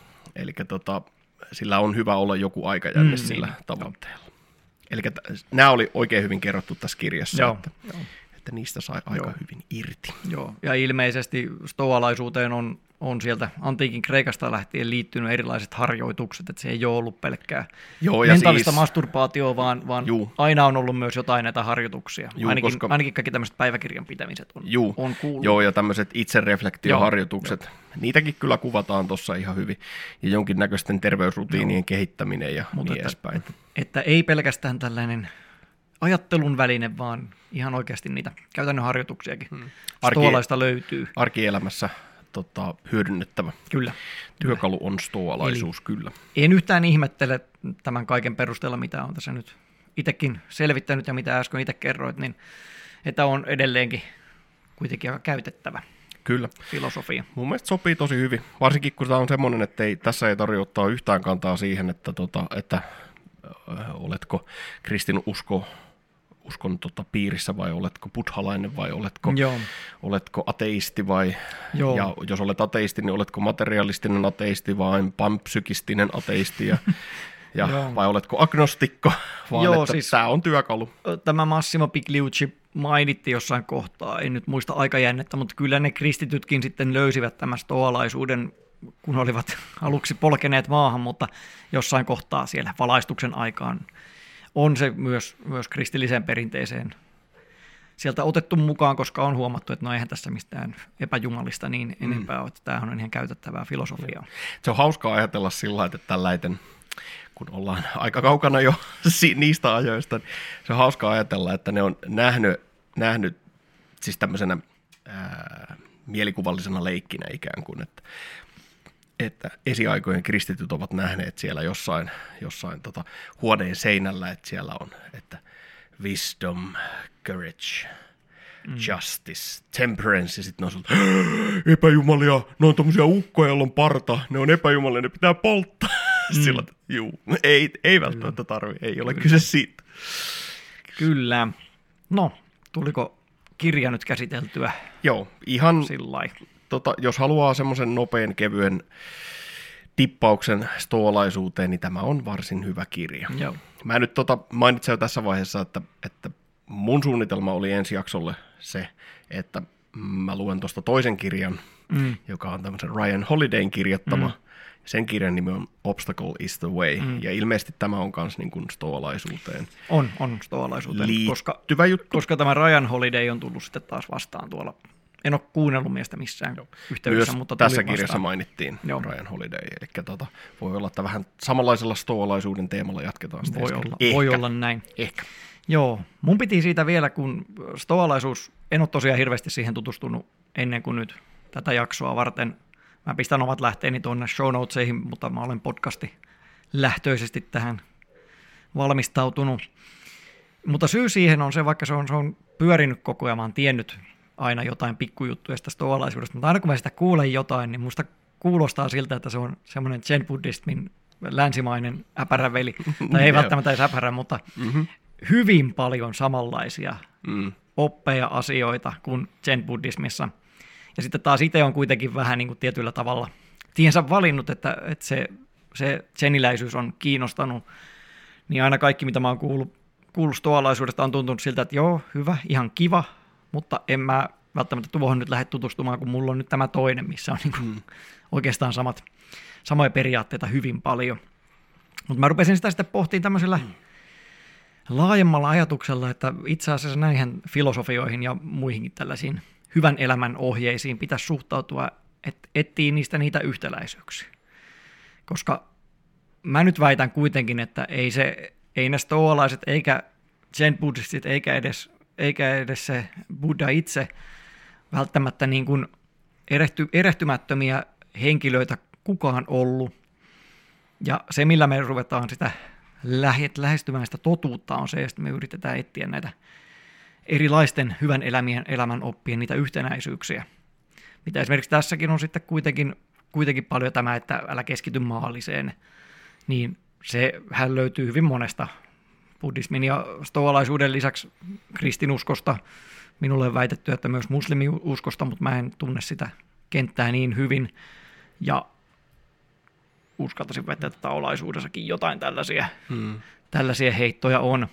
sillä on hyvä olla joku aikajänne sillä tavoitteella. Eli nämä oli oikein hyvin kerrottu tässä kirjassa, että niistä sai aika hyvin irti. Joo, ja ilmeisesti stoalaisuuteen on sieltä antiikin Kreikasta lähtien liittynyt erilaiset harjoitukset, että se ei ole ollut pelkkää mentaalista masturbaatioa, vaan aina on ollut myös jotain näitä harjoituksia. Ainakin kaikki tämmöiset päiväkirjan pitämiset on kuullut. Joo, ja tämmöiset itsereflektioharjoitukset, niitäkin kyllä kuvataan tuossa ihan hyvin, ja jonkinnäköisten terveysrutiinien kehittäminen ja niin edespäin. Että ei pelkästään tällainen ajattelun väline, vaan ihan oikeasti niitä käytännön harjoituksiakin stoalaista löytyy. Arkielämässä hyödynnettävä kyllä, työkalu on stoalaisuus, eli kyllä. En yhtään ihmettele tämän kaiken perusteella, mitä on tässä nyt itsekin selvittänyt ja mitä äsken itse kerroit, niin että on edelleenkin kuitenkin aika käytettävä kyllä filosofia. Mun mielestä sopii tosi hyvin, varsinkin kun tämä on semmoinen, että tässä ei tarvitse ottaa yhtään kantaa siihen, että oletko kristinuskon piirissä vai oletko buddhalainen vai oletko ateisti vai ja jos olet ateisti, niin oletko materialistinen ateisti vai panpsykistinen ateisti vai oletko agnostikko, vaan että siis tämä on työkalu. Tämä Massimo Pigliucci mainitti jossain kohtaa, en nyt muista aikajännettä, mutta kyllä ne kristitytkin sitten löysivät tämän stoalaisuuden, kun olivat aluksi polkeneet maahan, mutta jossain kohtaa siellä valaistuksen aikaan on se myös kristilliseen perinteeseen sieltä otettu mukaan, koska on huomattu, että no eihän tässä mistään epäjumalista niin enempää ole, että tämähän on ihan käytettävää filosofiaa. Se on hauskaa ajatella sillä, että tällainen, kun ollaan aika kaukana jo niistä ajoista, niin se on hauskaa ajatella, että ne on nähnyt siis tämmöisenä mielikuvallisena leikkinä ikään kuin, että esiaikojen kristityt ovat nähneet siellä jossain huoneen seinällä, että siellä on, että wisdom, courage, justice, temperance, ja sitten ne on epäjumalia, ne on tommosia ukkoja, joilla on parta, ne on epäjumalia, ne pitää polttaa. Sillä, ei välttämättä tarvitse, ei ole kyse siitä. Kyllä. No, tuliko kirja nyt käsiteltyä Joo, ihan sillai? jos haluaa semmoisen nopean, kevyen tippauksen stoalaisuuteen, niin tämä on varsin hyvä kirja. Joo. Mä nyt mainitsen jo tässä vaiheessa, että mun suunnitelma oli ensi jaksolle se, että mä luen tuosta toisen kirjan, joka on tämmöisen Ryan Holidayn kirjoittama. Sen kirjan nimi on Obstacle is the Way, ja ilmeisesti tämä on myös niin kuin stoalaisuuteen. On stoalaisuuteen, liittyvä juttu. Koska tämä Ryan Holiday on tullut sitten taas vastaan tuolla. En ole kuunnellut miestä missään yhteydessä, myös mutta tässä tuli kirjassa vastaan. mainittiin Ryan Holiday, eli voi olla, että vähän samanlaisella stoalaisuuden teemalla jatketaan sitä. Voi olla näin. Ehkä. Joo, mun piti siitä vielä, kun stoalaisuus, en ole tosiaan hirveästi siihen tutustunut ennen kuin nyt tätä jaksoa varten. Mä pistän omat lähteeni tuonne show notesihin, mutta mä olen podcasti lähtöisesti tähän valmistautunut. Mutta syy siihen on se, vaikka se on pyörinyt koko ajan, mä oon tiennyt aina jotain pikkujuttuja tästä stoalaisuudesta, mutta aina kun mä sitä kuulen jotain, niin musta kuulostaa siltä, että se on semmoinen zen-buddhismin länsimainen äpäräveli, tai ei välttämättä edes äpärä, mutta hyvin paljon samanlaisia oppeja, asioita kuin zen-buddhismissa. Ja sitten taas itse on kuitenkin vähän niin kuin tietyllä tavalla tiensä valinnut, että se zeniläisyys on kiinnostanut, niin aina kaikki, mitä mä oon kuullut stoalaisuudesta, on tuntunut siltä, että joo, hyvä, ihan kiva, mutta en mä välttämättä tuohon nyt lähde tutustumaan, kun mulla on nyt tämä toinen, missä on niin kuin oikeastaan samoja periaatteita hyvin paljon. Mutta mä rupesin sitä sitten pohtimaan tämmöisellä laajemmalla ajatuksella, että itse asiassa näihin filosofioihin ja muihinkin tällaisiin hyvän elämän ohjeisiin pitäisi suhtautua, että etsii niitä yhtäläisyyksiä. Koska mä nyt väitän kuitenkin, että ei ne stoalaiset eikä zen-buddhistit eikä edes se Buddha itse välttämättä niin kuin erehtymättömiä henkilöitä kukaan ollut. Ja se, millä me ruvetaan sitä lähestymään sitä totuutta, on se, että me yritetään etsiä näitä erilaisten hyvän elämän oppien niitä yhtenäisyyksiä. Mitä esimerkiksi tässäkin on sitten kuitenkin paljon tämä, että älä keskity maalliseen, niin sehän löytyy hyvin monesta buddhismin ja stoalaisuuden lisäksi kristinuskosta. Minulle on väitetty, että myös muslimiuskosta, mutta mä en tunne sitä kenttää niin hyvin. Ja uskaltaisin väittää, että taolaisuudessakin jotain tällaisia heittoja on.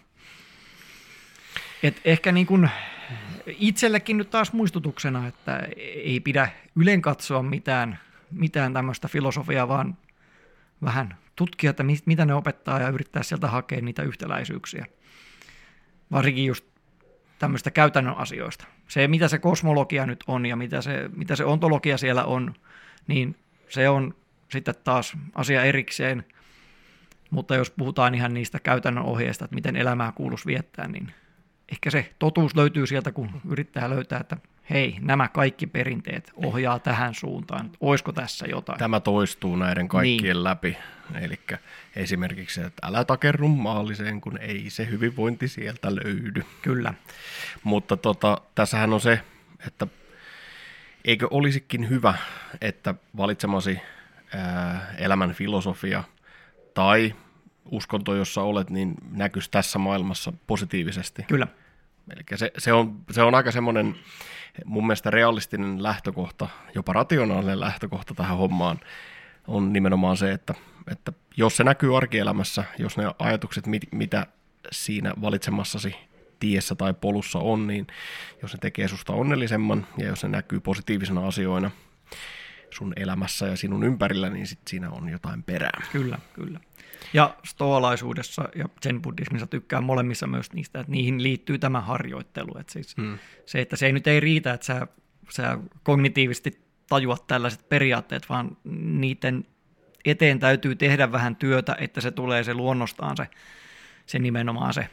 Et ehkä niin kuin itsellekin nyt taas muistutuksena, että ei pidä ylen katsoa mitään tämmöistä filosofiaa, vaan vähän tutkia, että mitä ne opettaa ja yrittää sieltä hakea niitä yhtäläisyyksiä. Varsinkin just tämmöistä käytännön asioista. Se, mitä se kosmologia nyt on ja mitä se ontologia siellä on, niin se on sitten taas asia erikseen. Mutta jos puhutaan ihan niistä käytännön ohjeista, että miten elämää kuuluisi viettää, niin ehkä se totuus löytyy sieltä, kun yrittää löytää, että hei, nämä kaikki perinteet ohjaa tähän suuntaan. Olisiko tässä jotain? Tämä toistuu näiden kaikkien läpi. Eli esimerkiksi se, että älä takerru maalliseen, kun ei se hyvinvointi sieltä löydy. Kyllä. Mutta tässähän on se, että eikö olisikin hyvä, että valitsemasi elämän filosofia tai uskonto, jossa olet, niin näkyisi tässä maailmassa positiivisesti. Kyllä. Eli se on aika semmoinen mun mielestä realistinen lähtökohta, jopa rationaalinen lähtökohta tähän hommaan, on nimenomaan se, että jos se näkyy arkielämässä, jos ne ajatukset, mitä siinä valitsemassasi tiessä tai polussa on, niin jos ne tekee susta onnellisemman ja jos se näkyy positiivisena asioina sun elämässä ja sinun ympärillä, niin sit siinä on jotain perää. Kyllä. Ja stoalaisuudessa ja zen-buddhismissa tykkään molemmissa myös niistä, että niihin liittyy tämä harjoittelu. Että siis se, että se nyt ei riitä, että sä kognitiivisesti tajuat tällaiset periaatteet, vaan niiden eteen täytyy tehdä vähän työtä, että se tulee se luonnostaan se nimenomaan se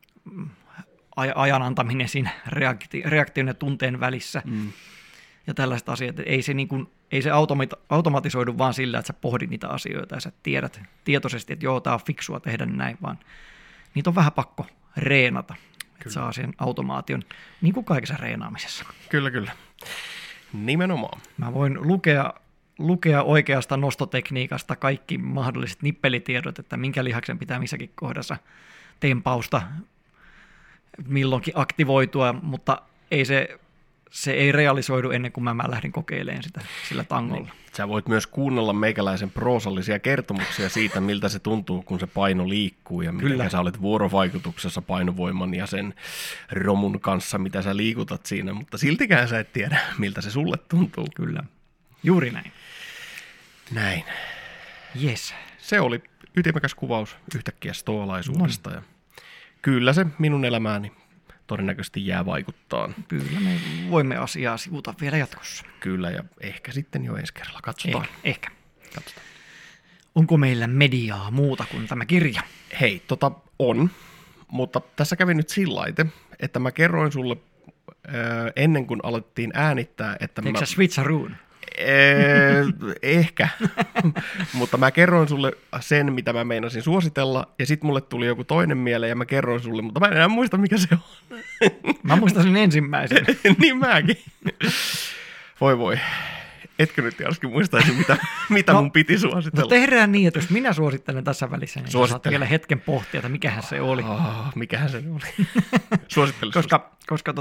ajan antaminen siinä reaktion ja tunteen välissä. Ja tällaiset asiat, ei se automatisoidu vaan sillä, että sä pohdit niitä asioita ja sä tiedät tietoisesti, että joo, tää on fiksua tehdä näin, vaan niitä on vähän pakko reenata, että saa sen automaation, niin kuin kaikessa reenaamisessa. Kyllä. Nimenomaan. Mä voin lukea oikeasta nostotekniikasta kaikki mahdolliset nippelitiedot, että minkä lihaksen pitää missäkin kohdassa tempausta milloinkin aktivoitua, mutta ei se ei realisoidu ennen kuin mä lähdin kokeilemaan sitä sillä tangolla. Niin. Sä voit myös kuunnella meikäläisen proosallisia kertomuksia siitä, miltä se tuntuu, kun se paino liikkuu ja miten sä olet vuorovaikutuksessa painovoiman ja sen romun kanssa, mitä sä liikutat siinä, mutta siltikään sä et tiedä, miltä se sulle tuntuu. Kyllä, juuri näin. Näin. Yes. Se oli ytimekäs kuvaus yhtäkkiä stoalaisuudesta ja kyllä se minun elämääni todennäköisesti jää vaikuttaa. Kyllä me voimme asiaa sivuta vielä jatkossa. Kyllä, ja ehkä sitten jo ensi kerralla. Katsotaan. Ehkä. Katsotaan. Onko meillä mediaa muuta kuin tämä kirja? Hei, on. Mutta tässä kävi nyt sillä että mä kerroin sulle ennen kuin alettiin äänittää, että eikö sä switcharoon? Ehkä, mutta mä kerroin sulle sen, mitä mä meinasin suositella, ja sitten mulle tuli joku toinen mieleen, ja mä kerroin sulle, mutta mä en enää muista, mikä se on. Mä muistan sen ensimmäisen. Niin mäkin. Voi. Etkö nyt äsken muistaisi, mitä mun piti suositella? No tehdään niin, että jos minä suosittelen tässä välissä, niin saat vielä hetken pohtia, että mikähän se oli. Mikähän se oli? Suosittele. Koska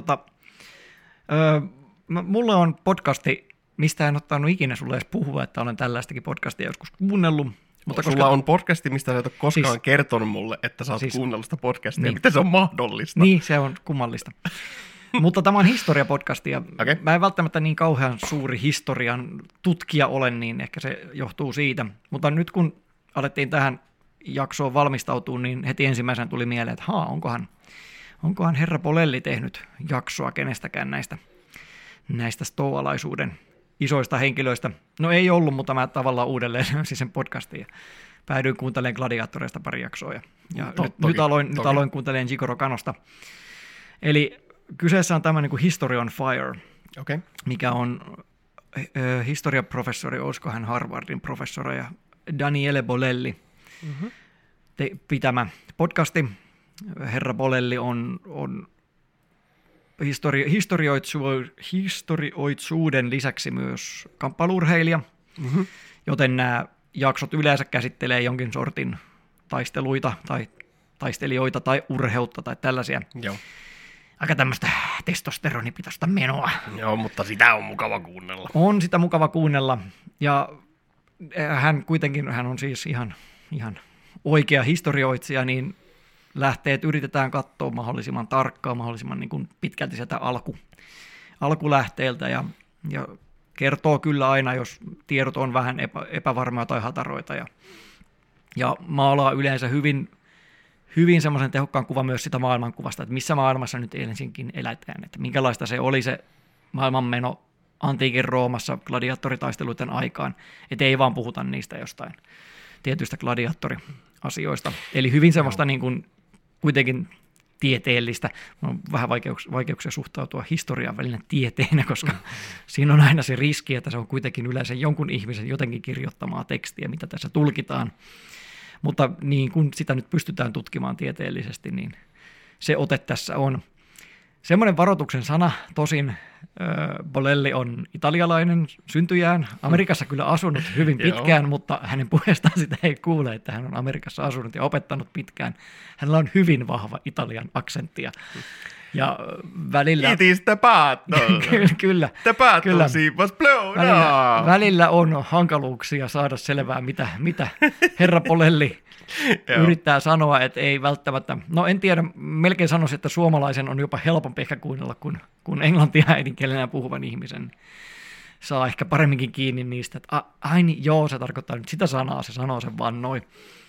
mulle on podcasti, mistä en ottanut ikinä sulle edes puhua, että olen tällaistakin podcastia joskus kuunnellut. Mutta sulla on podcasti, mistä sä et ole koskaan kertonut mulle, että sä oot kuunnellut sitä podcastia. Niin. Miten se on mahdollista? Niin, se on kummallista. Mutta tämä on historiapodcasti, ja mä en välttämättä niin kauhean suuri historian tutkija ole, niin ehkä se johtuu siitä. Mutta nyt kun alettiin tähän jaksoon valmistautua, niin heti ensimmäisenä tuli mieleen, että onkohan herra Bolelli tehnyt jaksoa kenestäkään näistä stoalaisuuden isoista henkilöistä. No ei ollut, mutta mä tavallaan uudelleen siis sen podcastin ja päädyin kuuntelemaan Gladiatoreista pari jaksoa. Ja nyt aloin kuuntelemaan Jigoro Kanosta. Eli kyseessä on tämä niin kuin History on Fire, mikä on historiaprofessori, olisiko hän Harvardin professori, ja Daniele Bolelli pitämä podcasti. Herra Bolelli on historioitsuuden lisäksi myös kamppailu-urheilija, joten nämä jaksot yleensä käsittelee jonkin sortin taisteluita tai taistelijoita tai urheutta tai tällaisia. Joo. Aika tämmöistä testosteronipitoista menoa. Joo, mutta sitä on mukava kuunnella. On sitä mukava kuunnella, ja hän on siis ihan oikea historioitsija, niin lähtee, että yritetään katsoa mahdollisimman tarkkaan, mahdollisimman niin kuin pitkälti sieltä alkulähteeltä, ja kertoo kyllä aina, jos tiedot on vähän epävarmoja tai hataroita, ja maalaa yleensä hyvin semmoisen tehokkaan kuvan myös sitä maailmankuvasta, että missä maailmassa nyt ensinkin elätään, että minkälaista se oli se maailmanmeno antiikin Roomassa gladiaattoritaisteluiden aikaan, että ei vaan puhuta niistä jostain tietyistä gladiaattoriasioista. Eli hyvin semmoista niin kuin kuitenkin tieteellistä. On vähän vaikeuksia suhtautua historiaan välillä tieteenä, koska siinä on aina se riski, että se on kuitenkin yleensä jonkun ihmisen jotenkin kirjoittamaa tekstiä, mitä tässä tulkitaan. Mutta niin kun sitä nyt pystytään tutkimaan tieteellisesti, niin se ote tässä on. Semmoinen varoituksen sana, tosin Bolelli on italialainen syntyjään, Amerikassa kyllä asunut hyvin pitkään, mutta hänen puheestaan sitä ei kuule, että hän on Amerikassa asunut ja opettanut pitkään. Hänellä on hyvin vahva Italian aksentti ja välillä... It is the battle. Kyllä. The battle was blown up. Välillä on hankaluuksia saada selvää, mitä herra Bolelli yrittää sanoa, että ei välttämättä, no en tiedä, melkein sanoisin, että suomalaisen on jopa helpompi ehkä kuunnella kuin englantia äidinkielenä puhuvan ihmisen. Saa ehkä paremminkin kiinni niistä, että niin, joo, se tarkoittaa nyt sitä sanaa, se sanoo sen vaan noin.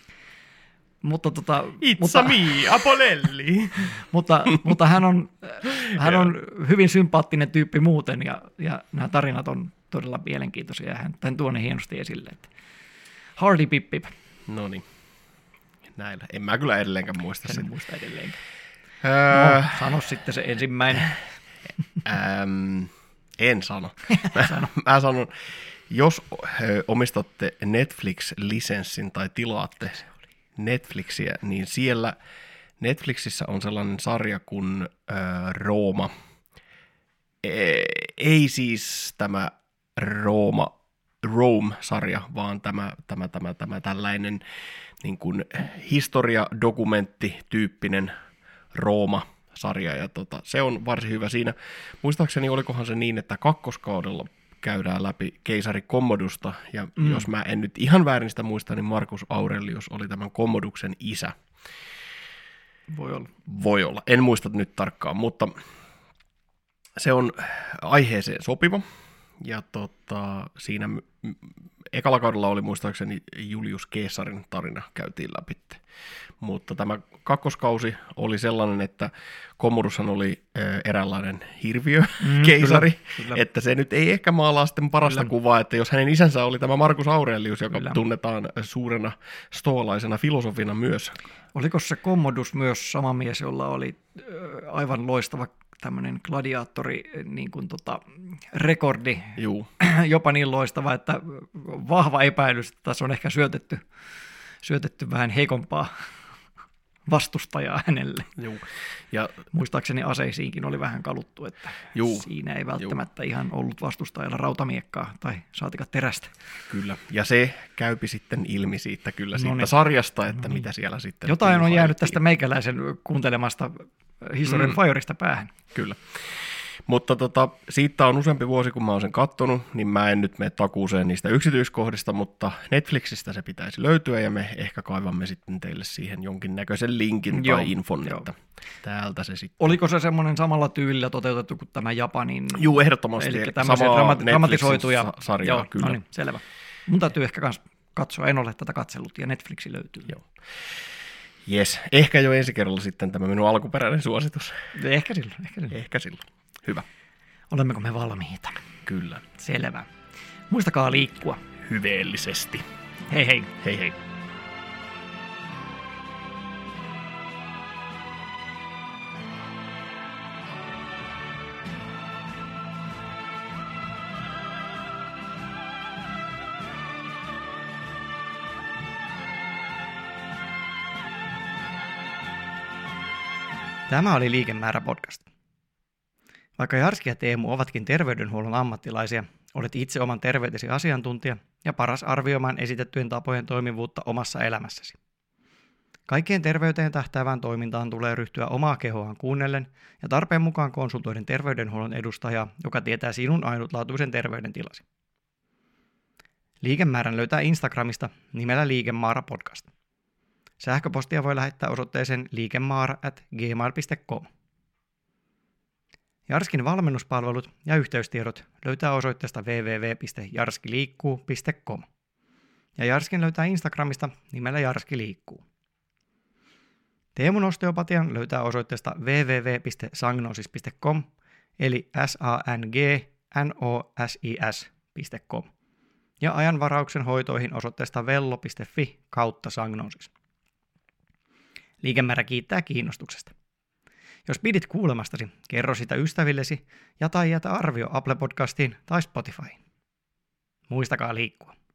Mutta me, Bolelli. mutta hän on hyvin sympaattinen tyyppi muuten, ja nämä tarinat on todella mielenkiintoisia, ja hän tuo ne hienosti esille. Että Hardy pip pip. No niin. Näillä. En mä kyllä edelleenkään muista sitä. En muista edelleenkään. No, sano sitten se ensimmäinen. En sano. Mä sanon, jos omistatte Netflix-lisenssin tai tilaatte Netflixiä, niin siellä Netflixissä on sellainen sarja kuin Rooma. Ei siis tämä Rome-sarja, vaan tämä tällainen niin kuin historiadokumentti-tyyppinen Rooma sarja, ja se on varsin hyvä siinä. Muistaakseni olikohan se niin, että kakkoskaudella käydään läpi keisari Commodusta, ja jos mä en nyt ihan väärin sitä muista, niin Marcus Aurelius oli tämän Commoduksen isä. Voi olla. En muista nyt tarkkaan, mutta se on aiheeseen sopiva. Ja siinä ekalla kaudella oli muistaakseni Julius Caesarin tarina käytiin läpi. Mutta tämä kakkoskausi oli sellainen, että Commodushan oli eräänlainen hirviö, keisari, kyllä. Että se nyt ei ehkä maalaa sitten parasta kuvaa, että jos hänen isänsä oli tämä Marcus Aurelius, joka tunnetaan suurena stoalaisena filosofina myös. Oliko se Commodus myös sama mies, jolla oli aivan loistava tämmöinen gladiaattori niin kuin rekordi, Juu. Jopa niin loistava, että vahva epäilys, että tässä on ehkä syötetty vähän heikompaa vastustajaa hänelle. Juu. Ja muistaakseni aseisiinkin oli vähän kaluttu, että siinä ei välttämättä ihan ollut vastustajalla rautamiekkaa tai saatika terästä. Kyllä, ja se käypi sitten ilmi siitä kyllä siitä sarjasta, että mitä siellä sitten... Jotain on jäänyt tästä meikäläisen kuuntelemasta Historian Fireista päähän. Kyllä. Mutta siitä on useampi vuosi, kun mä oon sen kattonut, niin mä en nyt mene takuuseen niistä yksityiskohdista, mutta Netflixistä se pitäisi löytyä, ja me ehkä kaivamme sitten teille siihen jonkinnäköisen linkin tai infon, että täältä se sitten... Oliko se semmoinen samalla tyylillä toteutettu kuin tämä Japanin... Joo, ehdottomasti. Eli tämmöisiä dramatisoituja... sarjaa, kyllä. No niin, selvä. Mun täytyy ehkä myös katsoa, en ole tätä katsellut, ja Netflixi löytyy. Joo. Jes, ehkä jo ensi kerralla sitten tämä minun alkuperäinen suositus. Ehkä silloin. Hyvä. Olemmeko me valmiita? Kyllä. Selvä. Muistakaa liikkua. Hyveellisesti. Hei hei. Hei hei. Tämä oli Liikemäärä podcast. Vaikka Jarski ja Teemu ovatkin terveydenhuollon ammattilaisia, olet itse oman terveytesi asiantuntija ja paras arvioimaan esitettyjen tapojen toimivuutta omassa elämässäsi. Kaikkien terveyteen tähtäävään toimintaan tulee ryhtyä omaa kehoaan kuunnellen ja tarpeen mukaan konsultoiden terveydenhuollon edustajaa, joka tietää sinun ainutlaatuisen terveydentilasi. Liikemäärän löytää Instagramista nimellä Liikemaara podcast. Sähköpostia voi lähettää osoitteeseen liikemaara@gmail.com. Jarskin valmennuspalvelut ja yhteystiedot löytää osoitteesta www.jarskiliikkuu.com. Ja Jarskin löytää Instagramista nimellä Jarski liikkuu. Teemun osteopatian löytää osoitteesta www.sangnosis.com eli sangnosis.com ja ajanvarauksen hoitoihin osoitteesta vello.fi/sangnosis. Liikemäärä kiittää kiinnostuksesta. Jos pidit kuulemastasi, kerro sitä ystävillesi ja tai jätä arvio Apple Podcastiin tai Spotifyin. Muistakaa liikkua.